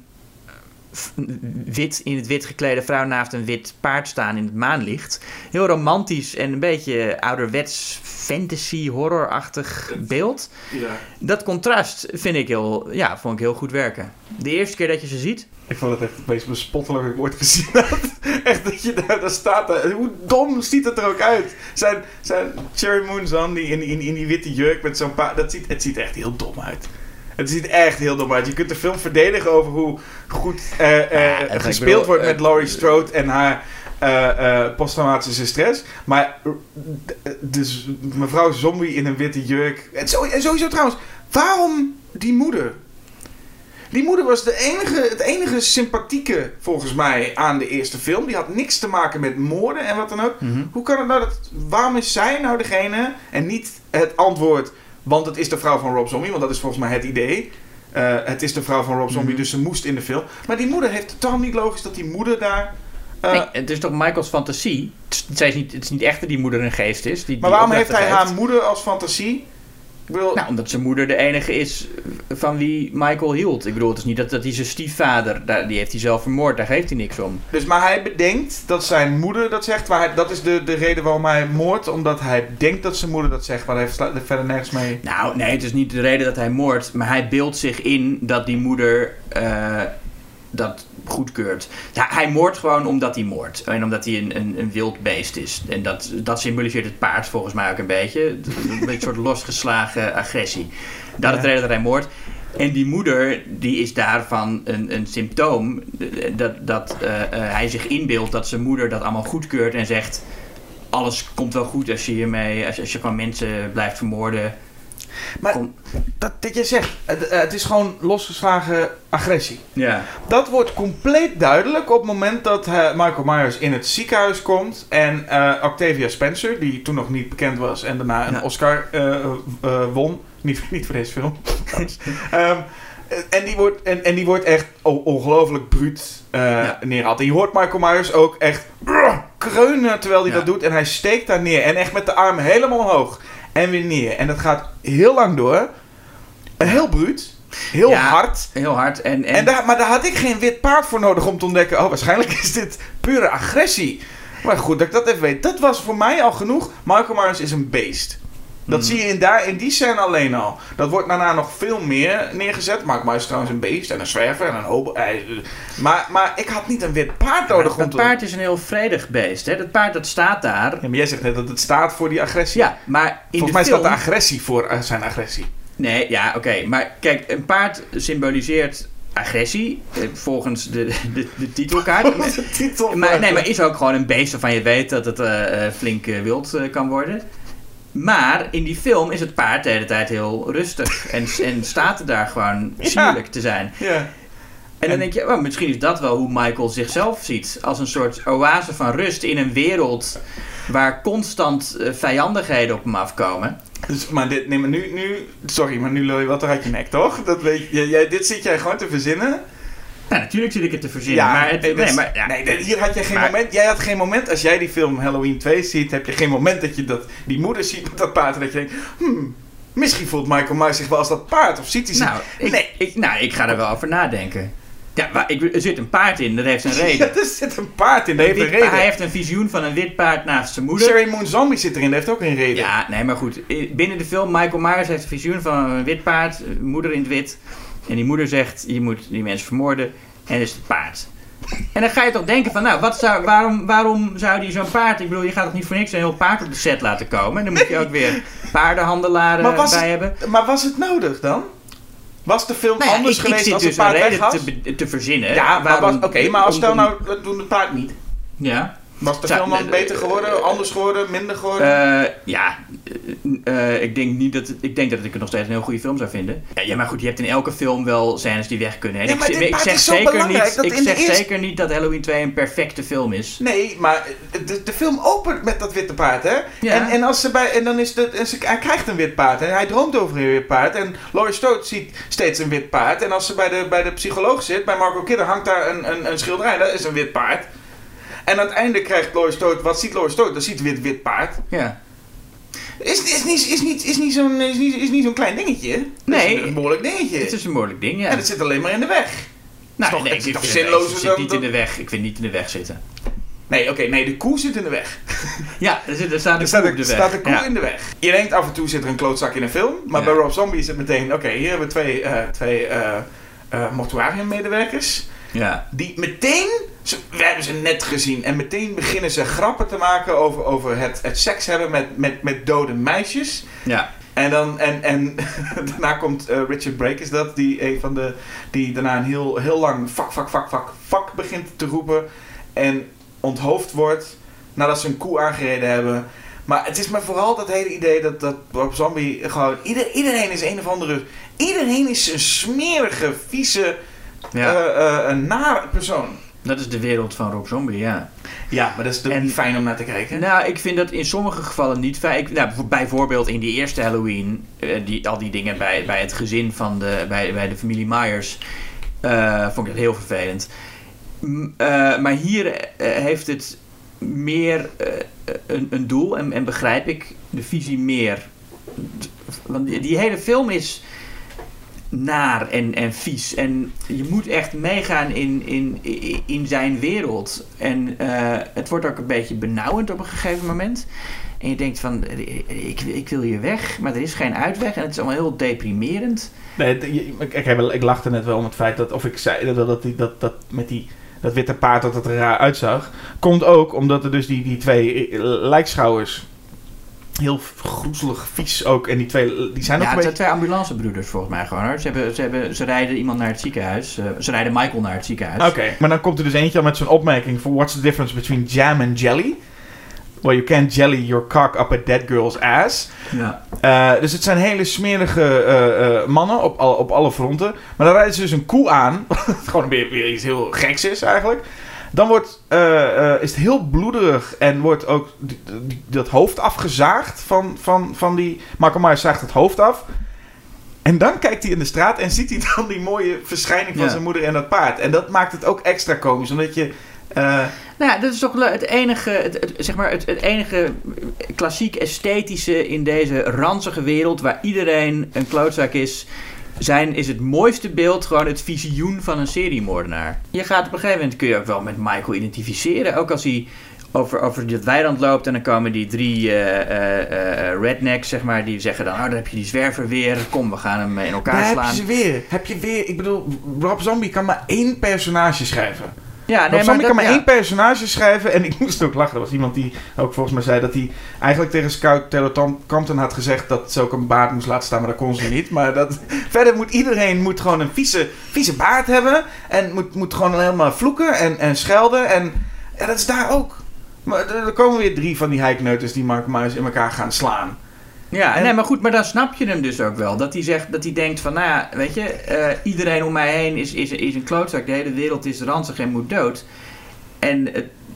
in het wit geklede vrouw naast een wit paard staan in het maanlicht. Heel romantisch en een beetje ouderwets fantasy horrorachtig beeld. Ja. Dat contrast vond ik heel goed werken. De eerste keer dat je ze ziet. Ik vond het echt het meest bespottelijk dat ik ooit gezien had. Echt dat je daar staat. Hoe dom ziet het er ook uit? Zijn Cherry Moon Zombie in die witte jurk met zo'n paard. Het ziet er echt heel dom uit. Het ziet echt heel dom uit. Je kunt de film verdedigen over hoe goed gespeeld wordt met Laurie Strode en haar posttraumatische stress. Maar dus mevrouw Zombie in een witte jurk. En sowieso trouwens, waarom die moeder? Die moeder was het enige sympathieke volgens mij aan de eerste film. Die had niks te maken met moorden en wat dan ook. Mm-hmm. Hoe kan het nou waarom is zij nou degene en niet het antwoord? Want het is de vrouw van Rob Zombie, want dat is volgens mij het idee. Het is de vrouw van Rob Zombie, dus ze moest in de film. Maar die moeder heeft totaal niet logisch dat die moeder daar... nee, het is toch Michael's fantasie? Het is niet echt dat die moeder een geest is. Maar waarom heeft hij haar moeder als fantasie? Nou, omdat zijn moeder de enige is van wie Michael hield. Ik bedoel, het is niet dat hij zijn stiefvader, die heeft hij zelf vermoord, daar geeft hij niks om. Dus, maar hij bedenkt dat zijn moeder dat zegt, maar dat is de reden waarom hij moordt, omdat hij denkt dat zijn moeder dat zegt, maar hij heeft verder nergens mee. Nou, nee, het is niet de reden dat hij moordt, maar hij beeldt zich in dat die moeder dat goedkeurt. Ja, hij moordt gewoon omdat hij moordt. En omdat hij een wild beest is. En dat symboliseert het paard volgens mij ook een beetje. Een soort losgeslagen agressie. Dat is de reden dat hij moordt. En die moeder, die is daarvan een symptoom. Dat hij zich inbeeldt dat zijn moeder dat allemaal goedkeurt. En zegt, alles komt wel goed als je gewoon mensen blijft vermoorden. Maar dat je zegt, het is gewoon losgeslagen agressie. Ja. Dat wordt compleet duidelijk op het moment dat Michael Myers in het ziekenhuis komt. En Octavia Spencer, die toen nog niet bekend was en daarna een Oscar won. Niet voor deze film. En die wordt echt ongelooflijk bruut neergehaald. En je hoort Michael Myers ook echt kreunen terwijl hij dat doet. En hij steekt daar neer. En echt met de arm helemaal omhoog. En weer neer. En dat gaat heel lang door. Heel bruut. Heel hard. Heel hard. Maar daar had ik geen wit paard voor nodig om te ontdekken. Oh, waarschijnlijk is dit pure agressie. Maar goed, dat ik dat even weet. Dat was voor mij al genoeg. Michael Myers is een beest. Dat zie je in die scène alleen al. Dat wordt daarna nog veel meer neergezet. Michael Myers is trouwens een beest en een zwerver en een hobo. Maar ik had niet een wit paard nodig. Dat paard is een heel vredig beest. Hè? Dat paard dat staat daar. Ja, maar jij zegt net dat het staat voor die agressie. Ja, maar volgens mij staat de agressie voor zijn agressie. Nee, ja, oké. Maar kijk, een paard symboliseert agressie, volgens de titelkaart. Maar is ook gewoon een beest waarvan je weet dat het flink wild kan worden. Maar in die film is het paard de hele tijd heel rustig. En staat er daar gewoon sierlijk te zijn. Ja. En dan denk je, misschien is dat wel hoe Michael zichzelf ziet. Als een soort oase van rust in een wereld waar constant vijandigheden op hem afkomen. Dus, maar nu lul je wat uit je nek, toch? Dat weet je, dit zit jij gewoon te verzinnen. Ja, natuurlijk zit ik het te verzinnen. Ja, maar hier had je geen moment. Jij had geen moment, als jij die film Halloween 2 ziet, heb je geen moment dat je die moeder ziet met dat paard en dat je denkt, misschien voelt Michael Myers zich wel als dat paard, of ziet hij zich... Ik ga er wel over nadenken. Ja, maar er zit een paard in, dat heeft een reden. Ja, er zit een paard in, dat heeft een reden. Hij heeft een visioen van een wit paard naast zijn moeder. Sherry Moon Zombie zit erin, dat heeft ook een reden. Ja, nee, maar goed. Binnen de film, Michael Myers heeft een visioen van een wit paard, moeder in het wit. En die moeder zegt, je moet die mensen vermoorden. En dat is het paard. En dan ga je toch denken van, waarom zou die zo'n paard... Ik bedoel, je gaat toch niet voor niks een heel paard op de set laten komen? En dan moet je ook weer paardenhandelaren bij hebben. Maar was het nodig dan? Was de film anders geweest als het paard weg was? Ik zit dus een reden te verzinnen. Ja, maar als stel nou, dat doen het paard niet. Ja. Was de film dan beter geworden, anders geworden, minder geworden? Ik denk dat ik het nog steeds een heel goede film zou vinden. Ja, maar goed, je hebt in elke film wel scènes die weg kunnen. En ik zeg zeker niet dat Halloween 2 een perfecte film is. Nee, maar de film opent met dat witte paard, hè? Ja. Hij krijgt een wit paard. En hij droomt over een wit paard. En Laurie Strode ziet steeds een wit paard. En als ze bij de psycholoog zit, bij Margot Kidder, hangt daar een schilderij. Dat is een wit paard. En aan het einde krijgt Laurie Strode... Wat ziet Laurie Strode? Dat ziet wit paard. Ja. Is niet zo'n klein dingetje. Nee. Het is een behoorlijk dingetje. Het is een behoorlijk ding, ja. En het zit alleen maar in de weg. Het zit niet in de weg. Ik vind niet in de weg zitten. Nee, de koe zit in de weg. Ja, er staat de koe in de weg. Je denkt af en toe zit er een klootzak in een film. Maar bij Rob Zombie is het meteen... hier hebben we twee mortuariummedewerkers. Ja. Die meteen... We hebben ze net gezien. En meteen beginnen ze grappen te maken over het seks hebben met dode meisjes. Ja. En daarna komt Richard Brake, is dat, die daarna een heel lang fuck begint te roepen. En onthoofd wordt nadat ze een koe aangereden hebben. Maar het is maar vooral dat hele idee dat Rob Zombie gewoon... Iedereen is een of andere... Iedereen is een smerige, vieze, een nare persoon. Dat is de wereld van Rob Zombie, ja. Ja, maar dat is niet fijn om naar te kijken. Nou, ik vind dat in sommige gevallen niet fijn. Bijvoorbeeld in die eerste Halloween, al die dingen bij het gezin van bij de familie Myers, vond ik dat heel vervelend. Maar hier heeft het meer een doel en begrijp ik de visie meer. Want die hele film is naar en vies. En je moet echt meegaan in zijn wereld. En het wordt ook een beetje benauwend op een gegeven moment. En je denkt van, ik wil hier weg, maar er is geen uitweg. En het is allemaal heel deprimerend. Nee, ik lachte net wel om het feit dat, of ik zei dat met dat witte paard dat het er raar uitzag. Komt ook omdat er dus die twee lijkschouwers... Heel groezelig, vies ook. En die zijn ook het zijn twee ambulancebroeders volgens mij gewoon hoor. Ze rijden iemand naar het ziekenhuis. Ze rijden Michael naar het ziekenhuis. Oké, maar dan komt er dus eentje al met zo'n opmerking van... What's the difference between jam and jelly? Well, you can't jelly your cock up a dead girl's ass. Ja. Dus het zijn hele smerige mannen op alle fronten. Maar dan rijden ze dus een koe aan. Wat gewoon weer iets heel geks is eigenlijk. Dan is het heel bloederig en wordt ook dat hoofd afgezaagd van die... Michael Myers zaagt het hoofd af. En dan kijkt hij in de straat en ziet hij dan die mooie verschijning van zijn moeder en dat paard. En dat maakt het ook extra komisch, omdat je... dat is toch het enige klassiek esthetische in deze ranzige wereld waar iedereen een klootzak is... is het mooiste beeld gewoon het visioen van een seriemoordenaar. Je gaat op een gegeven moment kun je ook wel met Michael identificeren. Ook als hij over dat weiland loopt en dan komen die 3 rednecks, zeg maar, die zeggen dan, dan heb je die zwerver weer. Kom, we gaan hem in elkaar slaan. Heb je weer. Ik bedoel, Rob Zombie kan maar 1 personage schrijven. Ja, Rob Zombie kan maar 1 personage schrijven. En ik moest ook lachen. Er was iemand die ook volgens mij zei dat hij eigenlijk tegen Scout Taylor Compton had gezegd dat ze ook een baard moest laten staan, maar dat kon ze niet. Maar verder moet iedereen gewoon een vieze baard hebben. En moet gewoon helemaal vloeken en schelden. En ja, dat is daar ook. Maar er komen weer 3 van die heikneuters die Mark Myers in elkaar gaan slaan. Ja, nee, maar goed, maar dan snap je hem dus ook wel. Dat hij denkt van, nou ja, weet je, iedereen om mij heen is een klootzak. De hele wereld is ranzig en moet dood. En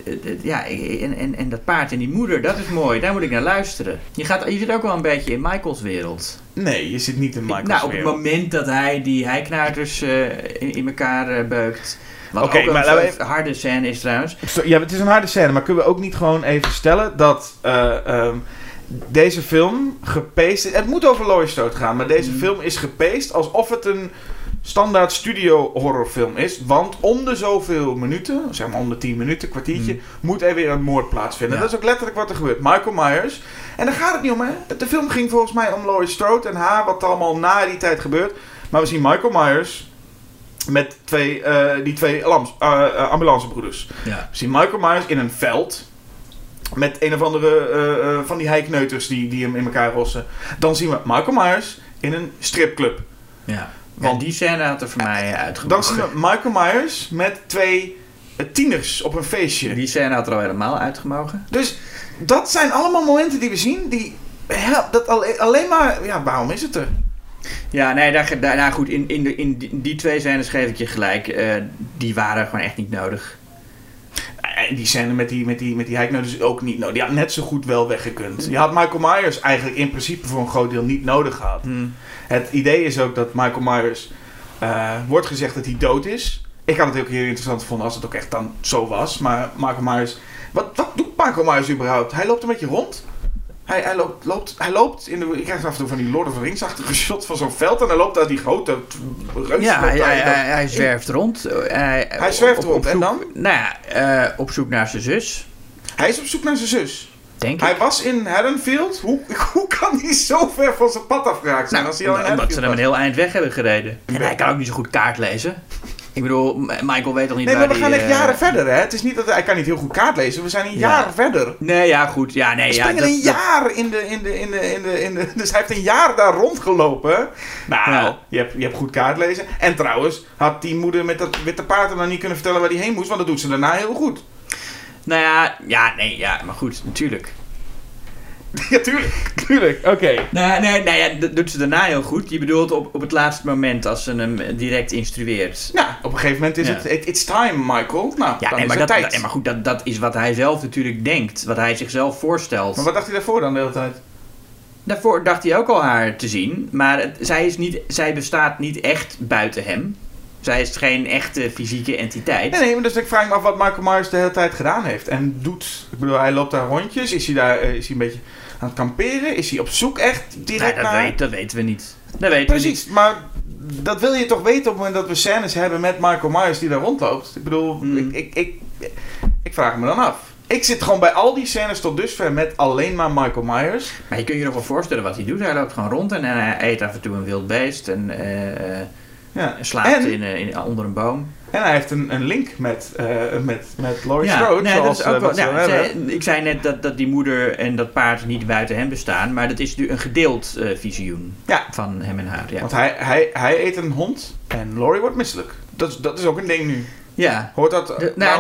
en dat paard en die moeder, dat is mooi. Daar moet ik naar luisteren. Je zit ook wel een beetje in Michaels wereld. Nee, je zit niet in Michaels wereld. Op het moment dat hij die heiknuiters in elkaar beukt. Wat ook een harde scène is trouwens. Ja, het is een harde scène, maar kunnen we ook niet gewoon even stellen dat deze film gepaced is. Het moet over Laurie Strode gaan, maar deze film is gepaced alsof het een standaard studio horrorfilm is. Want om de zoveel minuten, zeg maar om de 10 minuten, kwartiertje, moet er weer een moord plaatsvinden. Ja. Dat is ook letterlijk wat er gebeurt. Michael Myers. En daar gaat het niet om, hè. De film ging volgens mij om Laurie Strode en wat allemaal na die tijd gebeurt. Maar we zien Michael Myers met die twee ambulancebroeders. Ja. We zien Michael Myers in een veld met een of andere van die heikneuters die hem in elkaar rossen. Dan zien we Michael Myers in een stripclub. Ja. Want die scène had er voor mij uitgemogen. Dan zien we Michael Myers met 2 tieners op een feestje. Die scène had er al helemaal uitgemogen. Dus dat zijn allemaal momenten die we zien. Dat alleen maar... Ja, waarom is het er? Ja, nee, goed. In die 2 scènes geef ik je gelijk. Die waren gewoon echt niet nodig. Die scène met die heikneuters is ook niet nodig. Die had net zo goed wel weggekund. Je had Michael Myers eigenlijk in principe voor een groot deel niet nodig gehad. Het idee is ook dat Michael Myers... wordt gezegd dat hij dood is. Ik had het ook heel interessant gevonden als het ook echt dan zo was. Maar Michael Myers... Wat doet Michael Myers überhaupt? Hij loopt een beetje rond. Hij loopt in de... Ik krijg af en toe van die Lord of the Rings-achtige shot van zo'n veld. En hij loopt uit die grote reus. Ja, hij zwerft rond. Hij zwerft rond. En dan? Nou ja, op zoek naar zijn zus. Hij is op zoek naar zijn zus. Denk hij was in Haddonfield. Hoe kan hij zo ver van zijn pad afgeraakt zijn? Omdat ze hem een heel eind weg hebben gereden. En hij kan ook niet zo goed kaart lezen. Ik bedoel, Michael weet toch niet waar hij... Nee, maar we gaan echt jaren verder, hè? Het is niet dat hij kan niet heel goed kaart lezen. We zijn een jaar verder. Nee, ja, goed. Ja, nee, we springen een jaar in de... Dus hij heeft een jaar daar rondgelopen. Nou, je hebt goed kaart lezen. En trouwens, had die moeder met dat witte paard hem dan niet kunnen vertellen waar hij heen moest. Want dat doet ze daarna heel goed. Nou ja, maar goed, natuurlijk. Ja, tuurlijk. Oké. Nee, dat doet ze daarna heel goed. Je bedoelt op het laatste moment als ze hem direct instrueert. Ja, op een gegeven moment is het... It's time, Michael. Nou, ja, dan is het tijd. Maar goed, dat is wat hij zelf natuurlijk denkt. Wat hij zichzelf voorstelt. Maar wat dacht hij daarvoor dan de hele tijd? Daarvoor dacht hij ook al haar te zien. Maar zij bestaat niet echt buiten hem. Zij is geen echte fysieke entiteit. Nee, maar dus ik vraag me af wat Michael Myers de hele tijd gedaan heeft. En doet. Ik bedoel, hij loopt daar rondjes. Is hij een beetje aan het kamperen? Is hij op zoek echt direct naar... Dat weten we niet. Precies, maar dat wil je toch weten op het moment dat we scènes hebben met Michael Myers die daar rondloopt. Ik bedoel, ik vraag me dan af. Ik zit gewoon bij al die scènes tot dusver met alleen maar Michael Myers. Maar je kunt je nog wel voorstellen wat hij doet. Hij loopt gewoon rond en hij eet af en toe een wild beest en... slaapt onder een boom. En hij heeft een link met Laurie Strode. Nee, dat is ook wel, ik zei net dat die moeder en dat paard niet buiten hem bestaan. Maar dat is nu een gedeeld visioen van hem en haar. Ja. Want hij eet een hond en Laurie wordt misselijk. Dat is ook een ding nu. Ja. Hoort dat,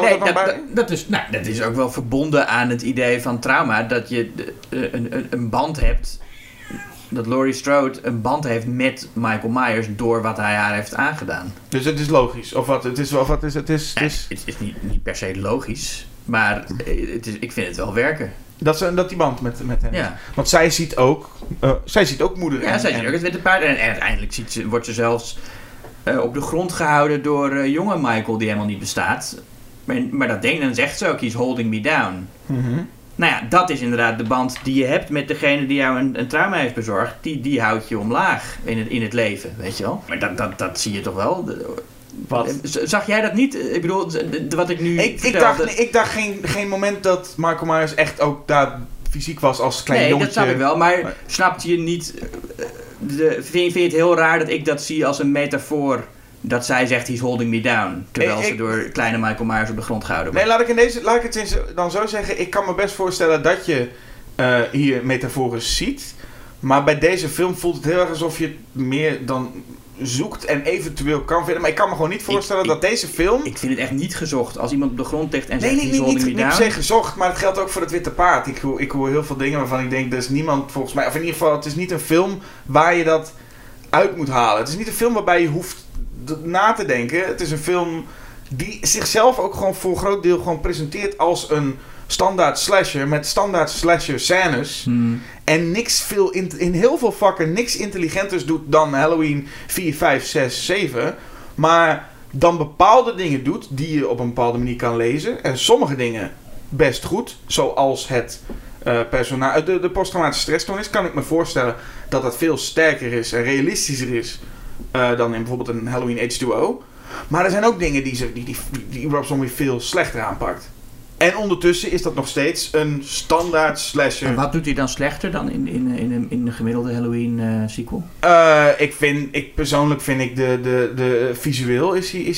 dat is ook wel verbonden aan het idee van trauma. Dat je een band hebt... Dat Laurie Strode een band heeft met Michael Myers door wat hij haar heeft aangedaan. Dus het is logisch? Of wat? Het is Het is niet per se logisch, maar ik vind het wel werken. Dat die band met hem. Ja. Want zij ziet ook moeder. Ja, zij ziet ook het witte paard. En uiteindelijk wordt ze zelfs op de grond gehouden door jonge Michael die helemaal niet bestaat. Maar dat ding, dan zegt ze ook, he's holding me down. Mm-hmm. Nou ja, dat is inderdaad de band die je hebt met degene die jou een trauma heeft bezorgd. Die houdt je omlaag in het leven, weet je wel. Maar dat zie je toch wel? Wat? Zag jij dat niet? Ik bedoel, wat ik nu vertelde... Ik dacht geen moment dat Michael Myers echt ook daar fysiek was als klein jongetje. Nee, dat snap ik wel. Maar snapte je niet... Vind je het heel raar dat ik dat zie als een metafoor... Dat zij zegt, he's holding me down. Terwijl ze door kleine Michael Myers op de grond gehouden wordt. Nee, laat ik het dan zo zeggen. Ik kan me best voorstellen dat je hier metaforen ziet. Maar bij deze film voelt het heel erg alsof je meer dan zoekt en eventueel kan vinden. Maar ik kan me gewoon niet voorstellen dat deze film... Ik vind het echt niet gezocht. Als iemand op de grond ligt en Nee, zegt... niet per se gezocht, maar het geldt ook voor het Witte Paard. Ik hoor heel veel dingen waarvan ik denk, er is niemand volgens mij... Of in ieder geval, het is niet een film waar je dat uit moet halen. Het is niet een film waarbij je hoeft na te denken. Het is een film die zichzelf ook gewoon voor een groot deel gewoon presenteert als een standaard slasher met standaard slasher scènes. En in heel veel vakken niks intelligenters doet dan Halloween 4, 5, 6, 7. Maar dan bepaalde dingen doet die je op een bepaalde manier kan lezen. En sommige dingen best goed. Zoals het de posttraumatische stressstoornis. Kan ik me voorstellen dat dat veel sterker is en realistischer is dan in bijvoorbeeld een Halloween H2O. Maar er zijn ook dingen die Rob Zombie veel slechter aanpakt. En ondertussen is dat nog steeds een standaard slasher. En wat doet hij dan slechter dan in de gemiddelde Halloween sequel? Persoonlijk vind ik de visueel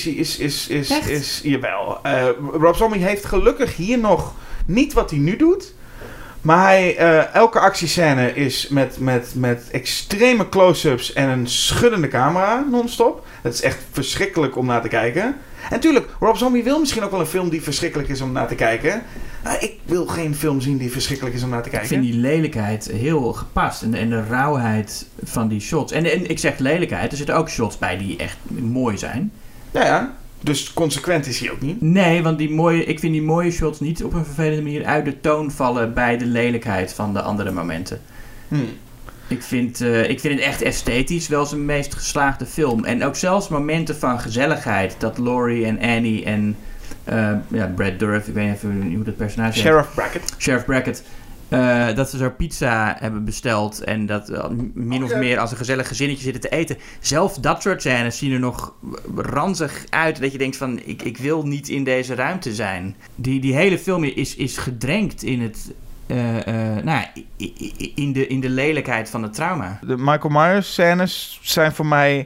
is jawel. Rob Zombie heeft gelukkig hier nog niet wat hij nu doet. Maar elke actiescène is met extreme close-ups en een schuddende camera non-stop. Dat is echt verschrikkelijk om naar te kijken. En natuurlijk, Rob Zombie wil misschien ook wel een film die verschrikkelijk is om naar te kijken. Maar ik wil geen film zien die verschrikkelijk is om naar te kijken. Ik vind die lelijkheid heel gepast. En de rauwheid van die shots. En ik zeg lelijkheid, er zitten ook shots bij die echt mooi zijn. Ja. Dus consequent is hij ook niet. Nee, want ik vind die mooie shots niet op een vervelende manier uit de toon vallen bij de lelijkheid van de andere momenten. Ik vind het echt esthetisch wel zijn meest geslaagde film. En ook zelfs momenten van gezelligheid. Dat Laurie en Annie en Brad Dourif, ik weet niet even hoe dat personage heet. Sheriff Brackett. Dat ze zo pizza hebben besteld en dat min of meer als een gezellig gezinnetje zitten te eten. Zelfs dat soort scènes zien er nog ranzig uit. Dat je denkt van, ik wil niet in deze ruimte zijn. Die hele film is gedrenkt in het... in de lelijkheid van het trauma. De Michael Myers scènes zijn voor mij...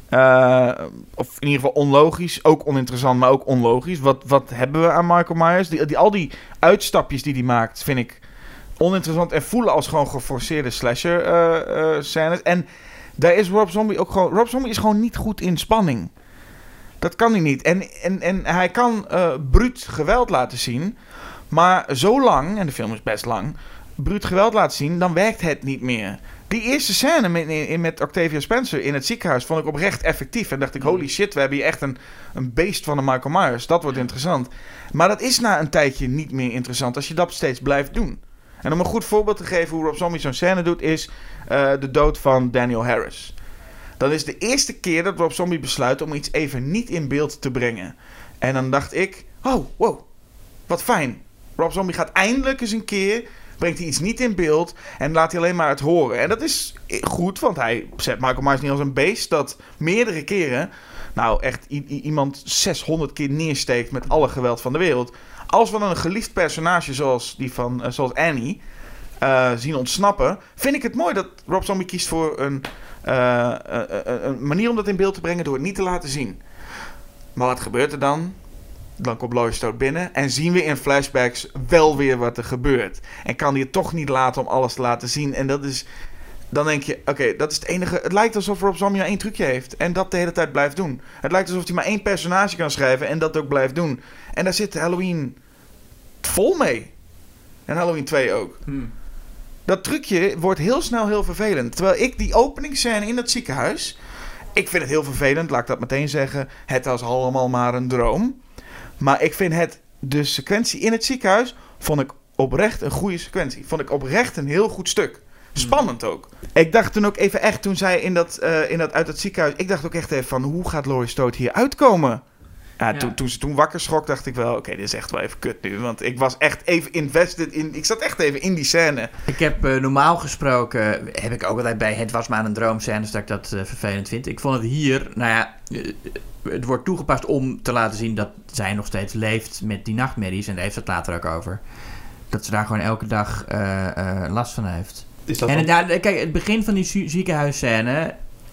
of in ieder geval onlogisch. Ook oninteressant, maar ook onlogisch. Wat hebben we aan Michael Myers? Al die uitstapjes die hij maakt, vind ik... oninteressant en voelen als gewoon geforceerde slasher scènes. En daar is Rob Zombie ook gewoon... Rob Zombie is gewoon niet goed in spanning. Dat kan hij niet. En hij kan bruut geweld laten zien. Maar zo lang, en de film is best lang... bruut geweld laten zien, dan werkt het niet meer. Die eerste scène met Octavia Spencer in het ziekenhuis... vond ik oprecht effectief. En dacht ik, holy shit, we hebben hier echt een beest van een Michael Myers. Dat wordt interessant. Maar dat is na een tijdje niet meer interessant... als je dat steeds blijft doen. En om een goed voorbeeld te geven hoe Rob Zombie zo'n scène doet... is de dood van Daniel Harris. Dat is de eerste keer dat Rob Zombie besluit... om iets even niet in beeld te brengen. En dan dacht ik... oh, wow, wat fijn. Rob Zombie gaat eindelijk eens een keer... brengt hij iets niet in beeld... en laat hij alleen maar het horen. En dat is goed, want hij zet Michael Myers niet als een beest... dat meerdere keren... nou echt iemand 600 keer neersteekt... met alle geweld van de wereld... Als we dan een geliefd personage zoals Annie zien ontsnappen... vind ik het mooi dat Rob Zombie kiest voor een manier om dat in beeld te brengen... door het niet te laten zien. Maar wat gebeurt er dan? Dan komt Laurie Strode binnen en zien we in flashbacks wel weer wat er gebeurt. En kan hij het toch niet laten om alles te laten zien. En dat is... Dan denk je, oké, dat is het enige... Het lijkt alsof Rob Zombie maar één trucje heeft. En dat de hele tijd blijft doen. Het lijkt alsof hij maar één personage kan schrijven en dat ook blijft doen. En daar zit Halloween vol mee. En Halloween 2 ook. Dat trucje wordt heel snel heel vervelend. Terwijl ik die openingsscène in het ziekenhuis... Ik vind het heel vervelend, laat ik dat meteen zeggen. Het was allemaal maar een droom. Maar ik vind de sequentie in het ziekenhuis... vond ik oprecht een goede sequentie. Vond ik oprecht een heel goed stuk. Spannend ook. Ik dacht toen ook even echt, toen zij uit het ziekenhuis... Ik dacht ook echt even van, hoe gaat Laurie Strode hier uitkomen? Ja. Toen ze toen wakker schrok, dacht ik wel... Oké, dit is echt wel even kut nu. Want ik was echt even invested in... Ik zat echt even in die scène. Ik heb normaal gesproken... heb ik ook altijd bij Het was maar een droomscènes... dat ik dat vervelend vind. Ik vond het hier... Nou ja... Het wordt toegepast om te laten zien... dat zij nog steeds leeft met die nachtmerries. En daar heeft het later ook over. Dat ze daar gewoon elke dag last van heeft. Kijk, het begin van die ziekenhuisscène...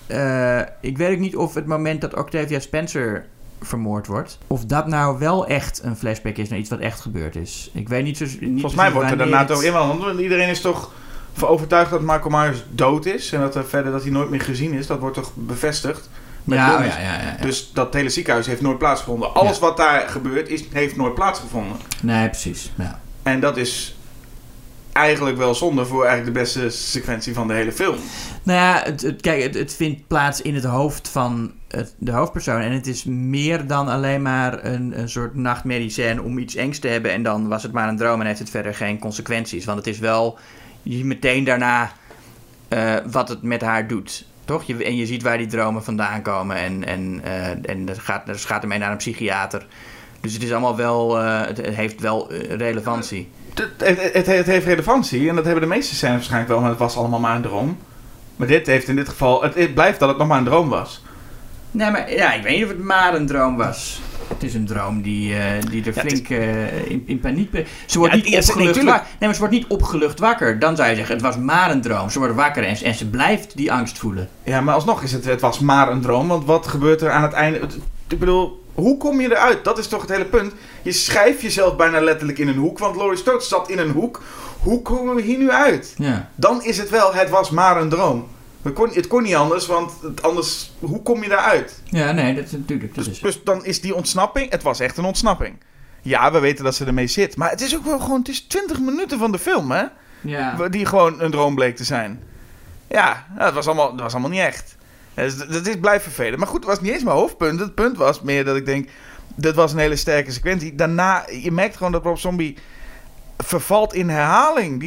ik weet ook niet of het moment dat Octavia Spencer vermoord wordt... of dat nou wel echt een flashback is naar iets wat echt gebeurd is. Ik weet niet zo... Volgens mij wordt er daarna toch iemand... Want iedereen is toch van overtuigd dat Michael Myers dood is... en dat hij nooit meer gezien is. Dat wordt toch bevestigd. Met Ja, Loomis. ja. Dus dat hele ziekenhuis heeft nooit plaatsgevonden. Alles wat daar gebeurt, heeft nooit plaatsgevonden. Nee, precies. Ja. En dat is eigenlijk wel zonde voor eigenlijk de beste sequentie van de hele film. Nou ja, het vindt plaats in het hoofd van de hoofdpersoon. En het is meer dan alleen maar een soort nachtmerriescène om iets engs te hebben. En dan was het maar een droom en heeft het verder geen consequenties. Want het is wel meteen daarna wat het met haar doet. Toch? En je ziet waar die dromen vandaan komen. En dat gaat ermee naar een psychiater. Dus het is allemaal wel... het heeft wel relevantie. Het heeft relevantie. En dat hebben de meeste scènes waarschijnlijk wel. Maar het was allemaal maar een droom. Maar dit heeft in dit geval... Het blijft dat het nog maar een droom was. Nee, maar ja, ik weet niet of het maar een droom was. Het is een droom die er flink in paniek... Ze wordt niet opgelucht wakker. Nee, maar ze wordt niet opgelucht wakker. Dan zou je zeggen, het was maar een droom. Ze wordt wakker en ze blijft die angst voelen. Ja, maar alsnog is het was maar een droom. Want wat gebeurt er aan het einde... Ik bedoel, hoe kom je eruit? Dat is toch het hele punt. Je schrijft jezelf bijna letterlijk in een hoek. Want Laurie Strode zat in een hoek. Hoe komen we hier nu uit? Ja. Dan is het wel, het was maar een droom. Het kon niet anders, want anders, hoe kom je daaruit? Ja, nee, dat is natuurlijk... Dus dan is die ontsnapping, het was echt een ontsnapping. Ja, we weten dat ze ermee zit. Maar het is ook wel gewoon, het is 20 minuten van de film, hè? Ja. Die gewoon een droom bleek te zijn. Ja, dat was allemaal niet echt. Dat is blijft vervelend. Maar goed, het was niet eens mijn hoofdpunt. Het punt was meer dat ik denk, dit was een hele sterke sequentie. Daarna, je merkt gewoon dat Rob Zombie vervalt in herhaling.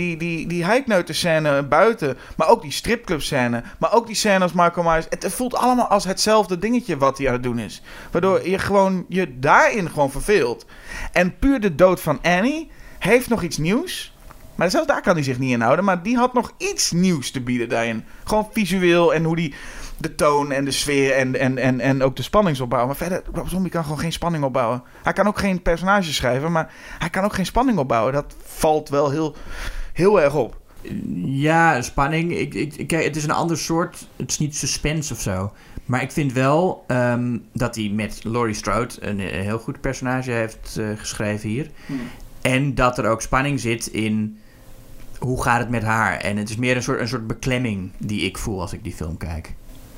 Die heikneutenscène buiten. Maar ook die stripclubscène. Maar ook die scène als Michael Myers. Het voelt allemaal als hetzelfde dingetje wat hij aan het doen is. Waardoor je daarin gewoon verveelt. En puur de dood van Annie heeft nog iets nieuws. Maar zelfs daar kan hij zich niet inhouden. Maar die had nog iets nieuws te bieden daarin. Gewoon visueel en hoe die de toon en de sfeer en ook de spanningsopbouw. Maar verder, Rob Zombie kan gewoon geen spanning opbouwen. Hij kan ook geen personage schrijven, maar hij kan ook geen spanning opbouwen. Dat valt wel heel, heel erg op. Ja, spanning. Kijk, het is een ander soort... Het is niet suspense of zo. Maar ik vind wel dat hij met Laurie Strode een heel goed personage heeft geschreven hier. En dat er ook spanning zit in... Hoe gaat het met haar? En het is meer een soort beklemming die ik voel als ik die film kijk.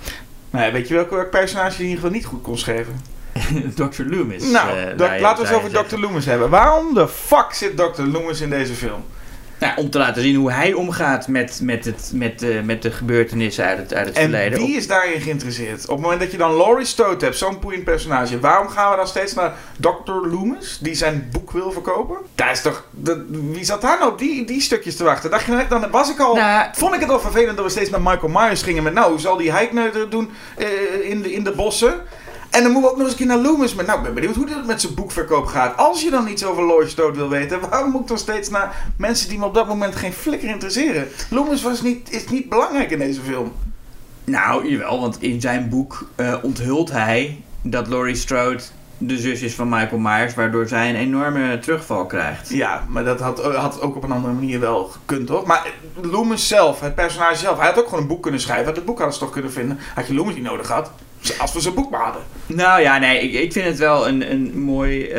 Nou, weet je welk personage die in ieder geval niet goed kon schrijven? Dr. Loomis. Nou, laten we het over Dr. Loomis hebben. Waarom de fuck zit Dr. Loomis in deze film? Nou, om te laten zien hoe hij omgaat met de gebeurtenissen uit het verleden. En wie is daarin geïnteresseerd? Op het moment dat je dan Laurie Strode hebt, zo'n boeiend personage, waarom gaan we dan steeds naar Dr. Loomis, die zijn boek wil verkopen? Daar is toch... wie zat daar nou op die stukjes te wachten? Dan was ik al... vond ik het al vervelend dat we steeds naar Michael Myers gingen met... hoe zal die heikneuter doen in de bossen? En dan moeten we ook nog eens een keer naar Loomis. Maar ik ben benieuwd hoe dit met zijn boekverkoop gaat. Als je dan iets over Laurie Strode wil weten, waarom moet ik dan steeds naar mensen die me op dat moment geen flikker interesseren? Loomis is niet belangrijk in deze film. Nou, jawel, want in zijn boek onthult hij dat Laurie Strode de zus is van Michael Myers, waardoor zij een enorme terugval krijgt. Ja, maar dat had ook op een andere manier wel gekund, toch? Maar Loomis zelf, het personage zelf, hij had ook gewoon een boek kunnen schrijven. Het boek hadden ze toch kunnen vinden. Had je Loomis niet nodig gehad? Als we zijn boek maar hadden. Nou ja, nee, ik vind het wel een mooi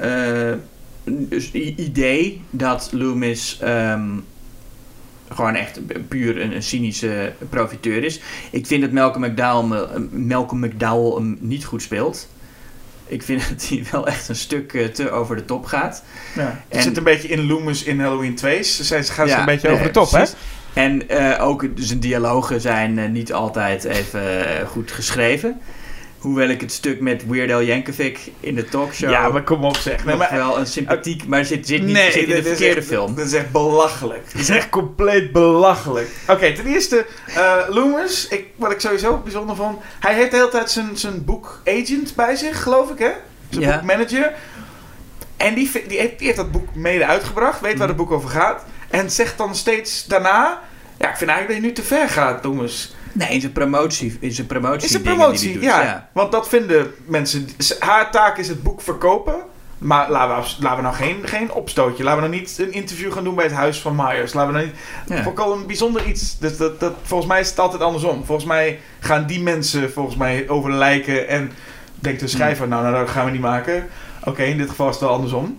idee dat Loomis gewoon echt puur een cynische profiteur is. Ik vind dat Malcolm McDowell hem niet goed speelt. Ik vind dat hij wel echt een stuk te over de top gaat. Ja. Het zit een beetje in Loomis in Halloween 2. Ze gaan een beetje over de top, precies. Hè? En ook zijn dialogen zijn niet altijd even goed geschreven. Hoewel ik het stuk met Weird Al Yankovic in de talkshow... Ja, maar kom op zeg. Nee, maar wel een sympathiek, maar zit in de verkeerde film. Dat is echt belachelijk. Dat is echt compleet belachelijk. Oké, ten eerste, Loomis, wat ik sowieso bijzonder vond... Hij heeft de hele tijd zijn boekagent bij zich, geloof ik, hè? Zijn boekmanager. En die heeft dat boek mede uitgebracht, weet waar het boek over gaat... En zegt dan steeds daarna... Ja, ik vind eigenlijk dat je nu te ver gaat, Loomis. Nee, in zijn promotie. Ja. Want dat vinden mensen... Haar taak is het boek verkopen. Maar laten we nou geen opstootje. Laten we nou niet een interview gaan doen bij het huis van Myers. Laten we nou niet... Ja. Ook al een bijzonder iets. Dus volgens mij is het altijd andersom. Volgens mij gaan die mensen over lijken. En denkt de schrijver... Nou, dat gaan we niet maken. Oké, in dit geval is het wel andersom.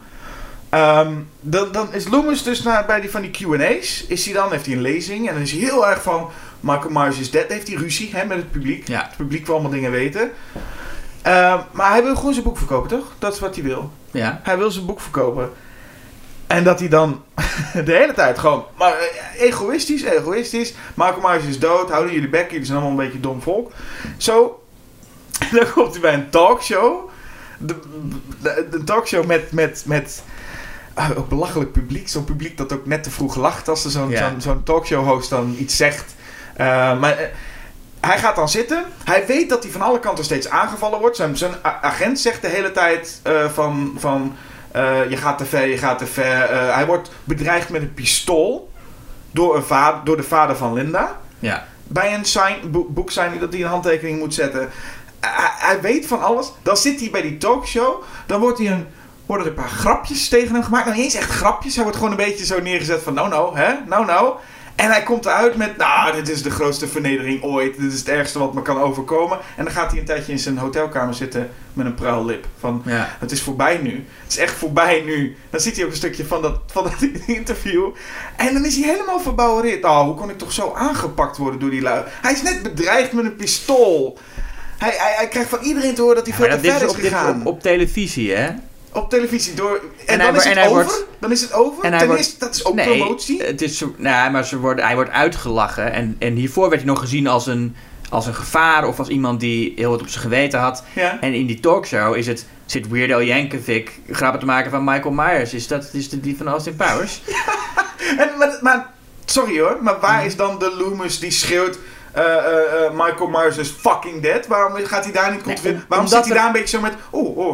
Dan is Loomis dus bij van die Q&A's. Heeft hij een lezing. En dan is hij heel erg van... Michael Myers is dead. Heeft hij ruzie met het publiek. Ja. Het publiek wil allemaal dingen weten. Maar hij wil gewoon zijn boek verkopen, toch? Dat is wat hij wil. Ja. Hij wil zijn boek verkopen. En dat hij dan de hele tijd gewoon... Maar egoïstisch. Michael Myers is dood. Houden jullie bek. Jullie zijn allemaal een beetje dom volk. Zo. En dan komt hij bij een talkshow. De talkshow met ook belachelijk publiek. Zo'n publiek dat ook net te vroeg lacht als er zo'n talkshow-host dan iets zegt. Hij gaat dan zitten. Hij weet dat hij van alle kanten steeds aangevallen wordt. Zijn agent zegt de hele tijd je gaat te ver. Hij wordt bedreigd met een pistool door de vader van Linda. Ja. Bij een boeksigning dat hij een handtekening moet zetten. Hij weet van alles. Dan zit hij bij die talkshow. Dan worden er een paar grapjes tegen hem gemaakt. Nou, niet eens echt grapjes. Hij wordt gewoon een beetje zo neergezet van nou. En hij komt eruit met, dit is de grootste vernedering ooit. Dit is het ergste wat me kan overkomen. En dan gaat hij een tijdje in zijn hotelkamer zitten met een pruillip. Van, het is voorbij nu. Het is echt voorbij nu. Dan ziet hij ook een stukje van dat interview. En dan is hij helemaal verbouwereerd. Hoe kon ik toch zo aangepakt worden door die lui? Hij is net bedreigd met een pistool. Hij krijgt van iedereen te horen dat hij veel te ver is gegaan. Op televisie, hè? Op televisie door. En dan is het over. Dan is het over. Dat is ook promotie. Het is maar hij wordt uitgelachen. En hiervoor werd hij nog gezien als een gevaar. Of als iemand die heel wat op zijn geweten had. Ja. En in die talkshow zit Weird Al Yankovic grappen te maken van Michael Myers. Is die van Austin Powers? Ja. Maar sorry hoor. Maar waar is dan de Loomis die schreeuwt... Michael Myers is fucking dead. Waarom gaat hij daar niet controleren? Waarom zit hij daar een beetje zo met...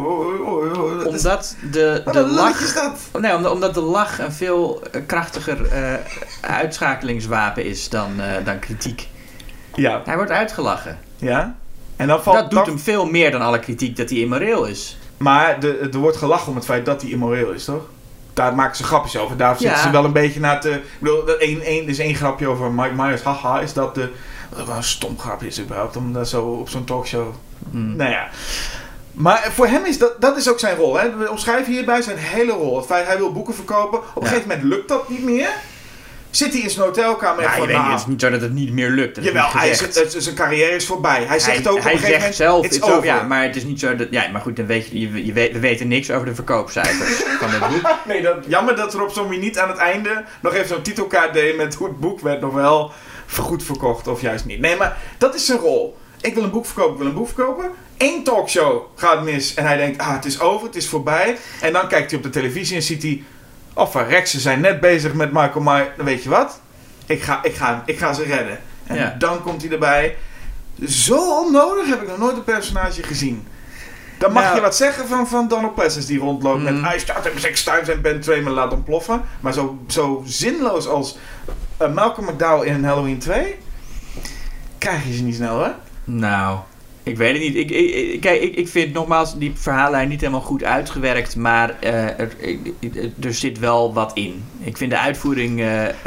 Omdat de lach... Is dat? Nee, omdat de lach een veel krachtiger uitschakelingswapen is dan kritiek. Ja. Hij wordt uitgelachen. Ja. En dan valt dat doet hem veel meer dan alle kritiek dat hij immoreel is. Maar er wordt gelachen om het feit dat hij immoreel is, toch? Daar maken ze grapjes over. Daar zitten ze wel een beetje naar te... Ik bedoel, er is één grapje over Mike Myers. Haha, is dat de... Wat wel een stom grapje is überhaupt. Om dat zo op zo'n talkshow... Nou ja. Maar voor hem is dat is ook zijn rol. Hè? We omschrijven hierbij zijn hele rol. Het feit, hij wil boeken verkopen. Op een gegeven moment lukt dat niet meer. Zit hij in zijn hotelkamer en van... het is niet zo dat het niet meer lukt. Jawel, zijn carrière is voorbij. Hij zegt ook op een gegeven moment... zelf, it's over. Ja, maar het is niet zo dat... Ja, maar goed, dan weet je we weten niks over de verkoopcijfers van het boek. Nee, jammer dat Rob Zombie niet aan het einde nog even zo'n titelkaart deed met hoe het boek werd nog wel goed verkocht of juist niet. Nee, maar dat is zijn rol. Ik wil een boek verkopen, Eén talkshow gaat mis en hij denkt, het is over, het is voorbij. En dan kijkt hij op de televisie en ziet hij... Rex, ze zijn net bezig met Michael Myers. Dan weet je wat? Ik ga ze redden. En dan komt hij erbij. Zo onnodig heb ik nog nooit een personage gezien. Dan mag je wat zeggen van Donald Pleasence die rondloopt met... I started with 6 times en Ben Tramer laat ontploffen. Maar zo zinloos als Malcolm McDowell in Halloween 2... krijg je ze niet snel, hè? Nou... Ik weet het niet. Ik vind nogmaals die verhaallijn niet helemaal goed uitgewerkt, maar er zit wel wat in. Ik vind de uitvoering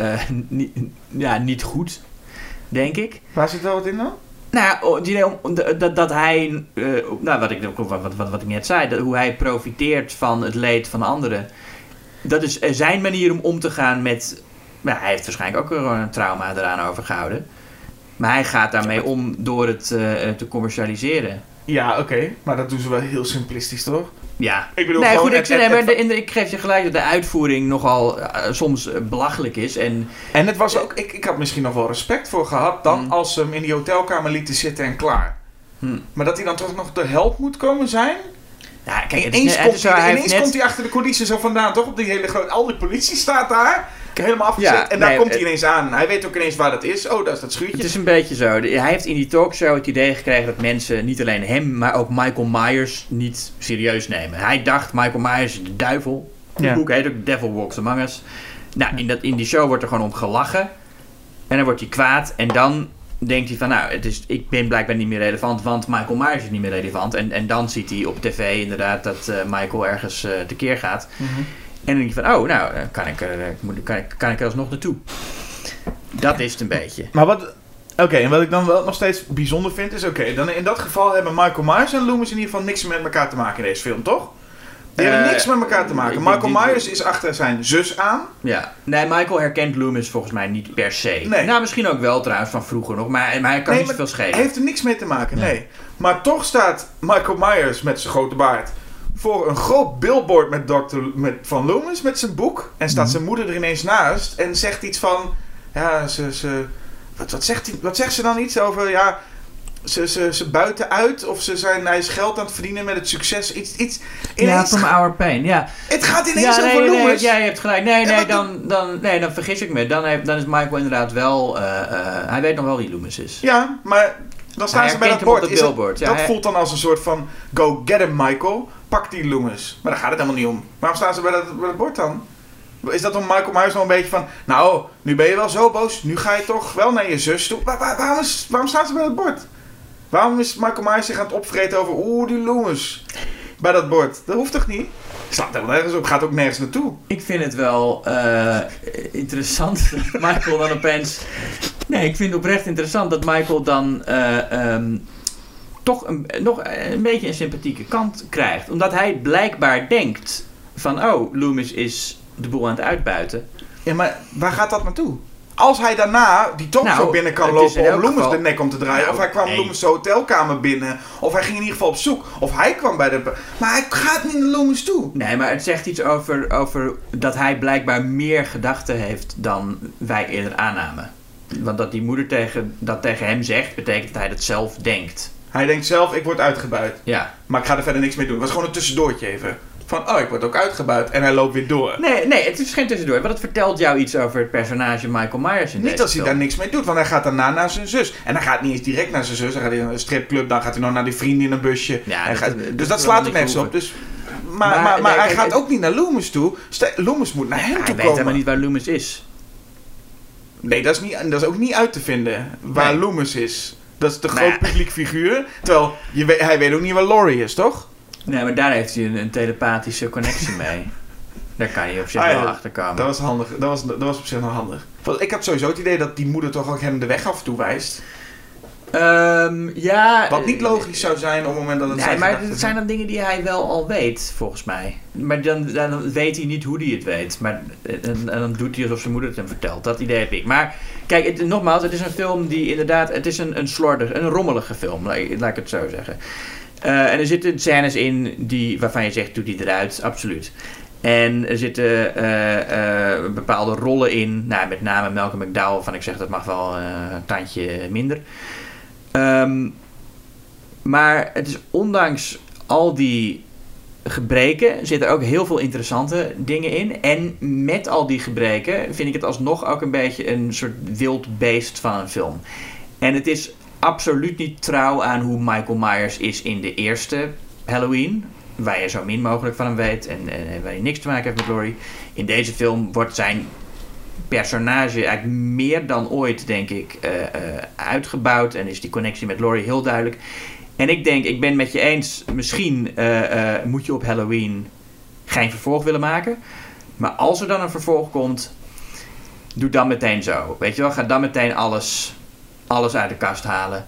niet goed, denk ik. Waar zit wel wat in dan? Nou, dat hij, wat ik net zei, hoe hij profiteert van het leed van anderen. Dat is zijn manier om te gaan met... hij heeft waarschijnlijk ook gewoon een trauma eraan overgehouden. Maar hij gaat daarmee om door het te commercialiseren. Ja, oké. Maar dat doen ze wel heel simplistisch, toch? Ja. Ik bedoel, ik geef je gelijk dat de uitvoering nogal soms belachelijk is. En het was ook... Ik had misschien nog wel respect voor gehad dan als ze hem in die hotelkamer lieten zitten en klaar. Maar dat hij dan toch nog de held moet komen zijn... Ja, kijk, ineens komt hij achter de coulissen zo vandaan, toch? Op die hele grote... Al die politie staat daar... Helemaal afgezet. En daar komt hij ineens aan. Hij weet ook ineens waar dat is. Oh, dat is dat schuurtje. Het is een beetje zo. Hij heeft in die talkshow het idee gekregen dat mensen niet alleen hem, maar ook Michael Myers niet serieus nemen. Hij dacht, Michael Myers is de duivel. Het boek heet ook The Devil Walks Among Us. Nou, in die show wordt er gewoon om gelachen. En dan wordt hij kwaad. En dan denkt hij van, ik ben blijkbaar niet meer relevant, want Michael Myers is niet meer relevant. En dan ziet hij op tv inderdaad dat Michael ergens tekeer gaat. Mm-hmm. En dan denk je van, kan ik er alsnog naartoe? Dat is het een beetje. Maar en wat ik dan wel nog steeds bijzonder vind is... dan in dat geval hebben Michael Myers en Loomis in ieder geval niks met elkaar te maken in deze film, toch? Die hebben niks met elkaar te maken. ik Michael denk die- Myers is achter zijn zus aan. Ja. Nee, Michael herkent Loomis volgens mij niet per se. Nee. Nou, misschien ook wel trouwens van vroeger nog. Maar hij kan niet maar zoveel schelen. heeft er niks mee te maken, nee. Maar toch staat Michael Myers met zijn grote baard voor een groot billboard van Loomis met zijn boek. En staat zijn moeder er ineens naast en zegt iets van... Ja, wat zegt ze dan iets over... Ja, ze buiten uit of hij is geld aan het verdienen met het succes. Iets ineens, From Our Pain, ja. het gaat ineens over nee, Loomis. ja, je hebt gelijk. Dan vergis ik me. Dan is Michael inderdaad wel... hij weet nog wel wie Loomis is. Ja, maar dan staan Hij ze bij dat herkent hem op bord. de billboard. Ja, Dat hij- voelt dan als een soort van... Go get him, Michael. Pak die Loomis. Maar daar gaat het helemaal niet om. Waarom staan ze bij dat bord dan? Is dat om Michael Myers nog een beetje van... Nou, nu ben je wel zo boos. Nu ga je toch wel naar je zus toe. Waarom staan ze bij dat bord? Waarom is Michael Myers zich aan het opvreten over... die Loomis. Bij dat bord. Dat hoeft toch niet? Slaat helemaal nergens op. Gaat ook nergens naartoe. Ik vind het wel interessant dat Michael dan opeens... Nee, ik vind het oprecht interessant dat Michael dan toch nog een beetje een sympathieke kant krijgt. Omdat hij blijkbaar denkt van... Oh, Loomis is de boel aan het uitbuiten. Ja, maar waar gaat dat naartoe? Als hij daarna die talkshow Nou, binnen kan het is in lopen om elk Loomis geval- de nek om te draaien. Nou, Of hij kwam nee. Loomis' hotelkamer binnen. Of hij ging in ieder geval op zoek. Of hij kwam bij de... Maar hij gaat niet naar Loomis toe. Nee, maar het zegt iets over dat hij blijkbaar meer gedachten heeft dan wij eerder aannamen. Want dat die moeder tegen hem zegt, betekent dat hij dat zelf denkt. Hij denkt zelf, ik word uitgebuit. Ja. Maar ik ga er verder niks mee doen. Het was gewoon een tussendoortje even. Van, ik word ook uitgebuit. En hij loopt weer door. Nee, het is geen tussendoor. Want het vertelt jou iets over het personage Michael Myers in Niet deze als hij film. daar niks mee doet. Want hij gaat daarna naar zijn zus. En hij gaat niet eens direct naar zijn zus. Dan gaat hij naar een stripclub. Dan gaat hij nog naar die vrienden in een busje. Ja, Hij dat- gaat- dat dus is dat wel slaat ook niet nergens goed. op. Dus, Maar, maar nee, hij kijk, gaat ook niet naar Loomis toe. Loomis moet naar hem toe Hij weet komen. helemaal niet waar Loomis is. Nee, dat is ook niet uit te vinden waar Nee. Loomis is. Dat is de Nou groot ja. publiek figuur. Terwijl, hij weet ook niet waar Laurie is, toch? Nee, maar daar heeft hij een telepathische connectie mee. Daar kan je op zich Ah, ja. wel achter komen. Dat was handig. Dat was op zich nog handig. Want ik had sowieso het idee dat die moeder toch ook hem de weg af en toe wijst. Ja... Wat niet logisch zou zijn op het moment dat het Nee, zijn maar gedachten het zijn dan dingen die hij wel al weet, volgens mij. Maar dan weet hij niet hoe hij het weet. Maar, en dan doet hij alsof zijn moeder het hem vertelt. Dat idee heb ik. Maar kijk, nogmaals, het is een film die inderdaad... Het is een slordig, een rommelige film, laat ik het zo zeggen. En er zitten scènes in waarvan je zegt, doet die eruit? Absoluut. En er zitten bepaalde rollen in. Nou, met name Malcolm McDowell, waarvan ik zeg, dat mag wel een tandje minder. Maar het is ondanks al die gebreken zitten er ook heel veel interessante dingen in. En met al die gebreken vind ik het alsnog ook een beetje een soort wild beest van een film. En het is absoluut niet trouw aan hoe Michael Myers is in de eerste Halloween, waar je zo min mogelijk van hem weet en waar hij niks te maken heeft met Laurie. In deze film wordt zijn personage eigenlijk meer dan ooit, denk ik, uitgebouwd en is die connectie met Laurie heel duidelijk. En ik ben met je eens, misschien moet je op Halloween geen vervolg willen maken. Maar als er dan een vervolg komt, doe dan meteen zo. Weet je wel, ga dan meteen alles uit de kast halen.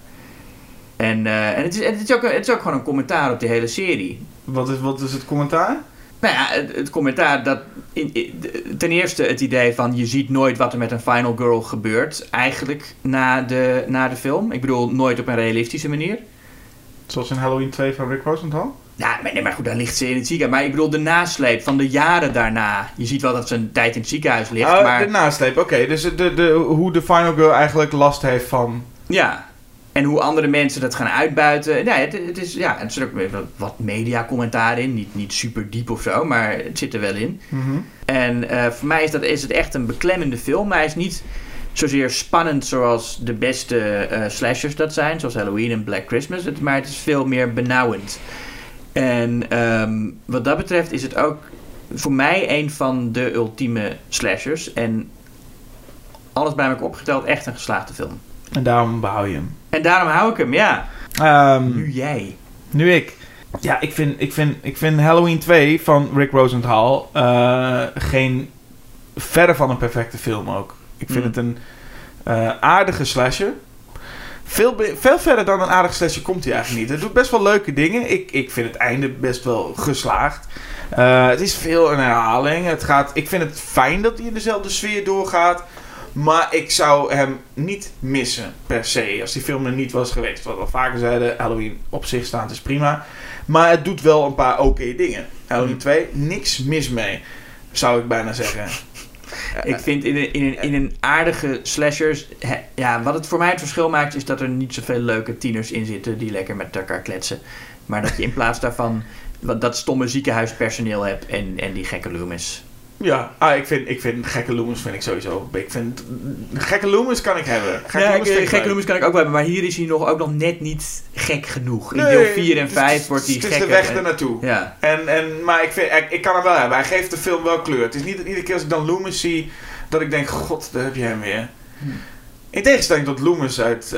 En het is ook gewoon een commentaar op die hele serie. Wat is het commentaar? Nou ja, het commentaar dat... ten eerste het idee van je ziet nooit wat er met een Final Girl gebeurt. Eigenlijk na de film. Ik bedoel, nooit op een realistische manier. Zoals in Halloween 2 van Rick Rosenthal? Ja, maar goed, daar ligt ze in het ziekenhuis. Maar ik bedoel, de nasleep van de jaren daarna. Je ziet wel dat ze een tijd in het ziekenhuis ligt, maar... De nasleep, oké. Dus hoe de Final Girl eigenlijk last heeft van... Ja, en hoe andere mensen dat gaan uitbuiten. Ja, het is ook wat mediacommentaar in. Niet super diep of zo, maar het zit er wel in. Mm-hmm. En voor mij is het echt een beklemmende film. Maar hij is niet zozeer spannend zoals de beste slashers dat zijn. Zoals Halloween en Black Christmas. Maar het is veel meer benauwend. En wat dat betreft is het ook voor mij een van de ultieme slashers. En alles bij elkaar opgeteld echt een geslaagde film. En daarom behoud je hem. En daarom hou ik hem, ja. Nu jij. Nu ik. Ja, ik vind Halloween 2 van Rick Rosenthal geen verre van een perfecte film ook. Ik vind het een aardige slasher. Veel verder dan een aardige slasher komt hij eigenlijk niet. Het doet best wel leuke dingen. Ik vind het einde best wel geslaagd. Het is veel een herhaling. Ik vind het fijn dat hij in dezelfde sfeer doorgaat. Maar ik zou hem niet missen, per se. Als die film er niet was geweest. Wat we al vaker zeiden, Halloween op zich staand is prima. Maar het doet wel een paar oké dingen. Halloween 2, niks mis mee. Zou ik bijna zeggen. Ik vind in een aardige slashers... wat het voor mij het verschil maakt... is dat er niet zoveel leuke tieners in zitten... die lekker met elkaar kletsen. Maar dat je in plaats daarvan... dat stomme ziekenhuispersoneel hebt... en die gekke Loomis. Ja, ik vind gekke Loomis vind ik sowieso. Gekke Loomis kan ik hebben. Gekke Loomis kan ik ook wel hebben. Maar hier is hij ook nog net niet gek genoeg. In deel 4 en 5 wordt hij gekker. Het is de weg ernaartoe. Ja. Maar ik kan hem wel hebben. Hij geeft de film wel kleur. Het is niet dat iedere keer als ik dan Loomis zie... dat ik denk, god, daar heb je hem weer. In tegenstelling tot Loomis uit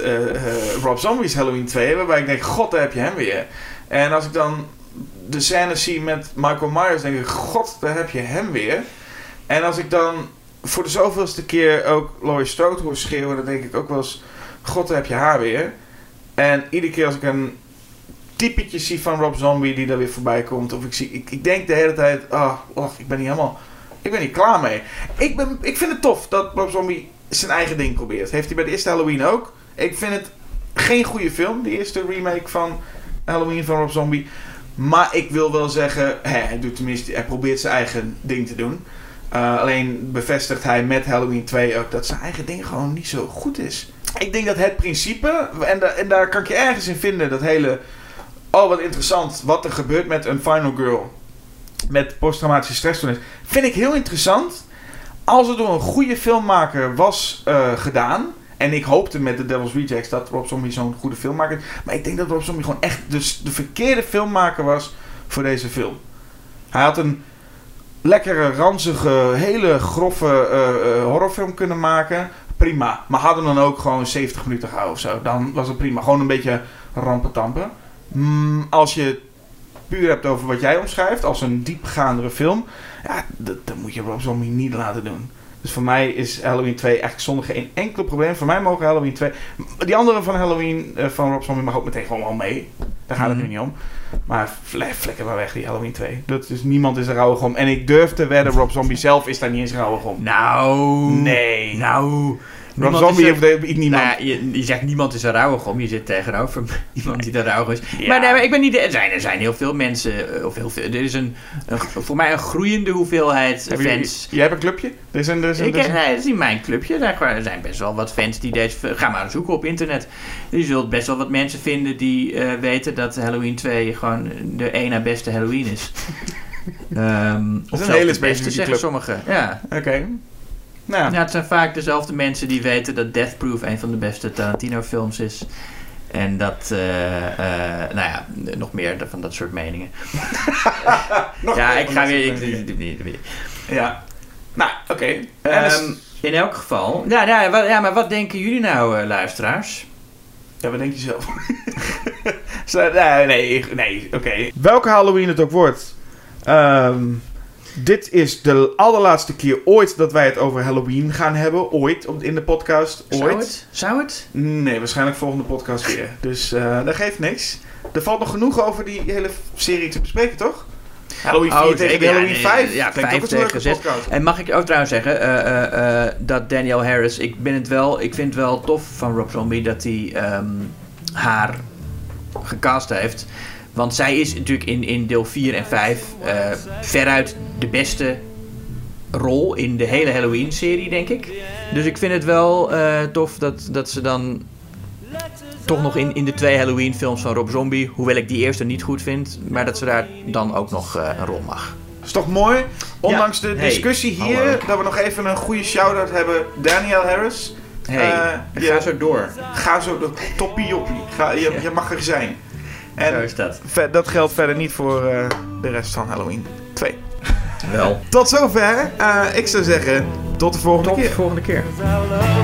Rob Zombie's Halloween 2... waarbij ik denk, god, daar heb je hem weer. En als ik dan... de scène zie met Michael Myers, denk ik, god, daar heb je hem weer. En als ik dan voor de zoveelste keer ook Laurie Strode hoor schreeuwen, dan denk ik ook wel eens, god, daar heb je haar weer. En iedere keer als ik een typetje zie van Rob Zombie die daar weer voorbij komt, of ik denk de hele tijd, ik ben niet klaar mee. Ik vind het tof dat Rob Zombie zijn eigen ding probeert. Heeft hij bij de eerste Halloween ook. Ik vind het geen goede film, die eerste remake van Halloween van Rob Zombie. Maar ik wil wel zeggen, hij probeert zijn eigen ding te doen. Alleen bevestigt hij met Halloween 2 ook dat zijn eigen ding gewoon niet zo goed is. Ik denk dat het principe, en daar kan ik je ergens in vinden, dat hele, wat interessant, wat er gebeurt met een final girl. Met posttraumatische stressstoornis. Vind ik heel interessant. Als het door een goede filmmaker was gedaan... En ik hoopte met The Devil's Rejects dat Rob Zombie zo'n goede filmmaker is. Maar ik denk dat Rob Zombie gewoon echt de verkeerde filmmaker was voor deze film. Hij had een lekkere, ranzige, hele grove horrorfilm kunnen maken. Prima. Maar hadden dan ook gewoon 70 minuten gehouden of zo. Dan was het prima. Gewoon een beetje rampentampen. Als je het puur hebt over wat jij omschrijft, als een diepgaandere film. Ja, dat moet je Rob Zombie niet laten doen. Dus voor mij is Halloween 2 eigenlijk zonder geen enkel probleem. Voor mij mogen Halloween 2... Die andere van Halloween van Rob Zombie mag ook meteen gewoon wel mee. Daar gaat het nu niet om. Maar vlekken maar weg, die Halloween 2. Niemand is er rouwig om. En ik durf te wedden, Rob Zombie zelf is daar niet eens rouwig om. Nee. Rob Zombie heeft niemand. Nou ja, je zegt niemand is er rouwig om. Je zit tegenover iemand die er rouwig is. Ja. Maar ik ben niet... Er zijn heel veel mensen... Of heel veel... Er is voor mij een groeiende hoeveelheid fans. Jij hebt een clubje? Nee, dat is niet mijn clubje. Er zijn best wel wat fans die deze... Ga maar zoeken op internet. Je zult best wel wat mensen vinden die weten dat Halloween 2 gewoon de één na beste Halloween is. Dat is een hele specifieke zeggen club. Sommigen. Ja. Oké. Nou. Ja, het zijn vaak dezelfde mensen die weten dat Death Proof een van de beste Tarantino-films is. En dat, nog meer van dat soort meningen. Ik ga weer... Ja. Nou, oké. In elk geval... maar wat denken jullie nou, luisteraars? Ja, wat denk je zelf? Nee, oké. Welke Halloween het ook wordt... Dit is de allerlaatste keer ooit dat wij het over Halloween gaan hebben. Ooit, in de podcast. Ooit. Zou het? Nee, waarschijnlijk volgende podcast weer. Dus dat geeft niks. Er valt nog genoeg over die hele serie te bespreken, toch? Halloween 4 tegen Halloween 5. Ja, 5 tegen 6. En mag ik ook trouwens zeggen dat Danielle Harris... Ik vind het wel tof van Rob Zombie dat hij haar gecast heeft... Want zij is natuurlijk in deel 4 en 5 veruit de beste rol in de hele Halloween-serie, denk ik. Dus ik vind het wel tof dat ze dan toch nog in de 2 Halloween-films van Rob Zombie... hoewel ik die eerste niet goed vind... maar dat ze daar dan ook nog een rol mag. Dat is toch mooi? Ondanks de discussie hier... dat we nog even een goede shout-out hebben. Danielle Harris. Ga zo door. Ga zo door. Toppie joppie. Je mag er zijn. En zo is dat. Dat geldt verder niet voor de rest van Halloween 2. Wel. Tot zover. Ik zou zeggen, tot de volgende keer. Tot de volgende keer.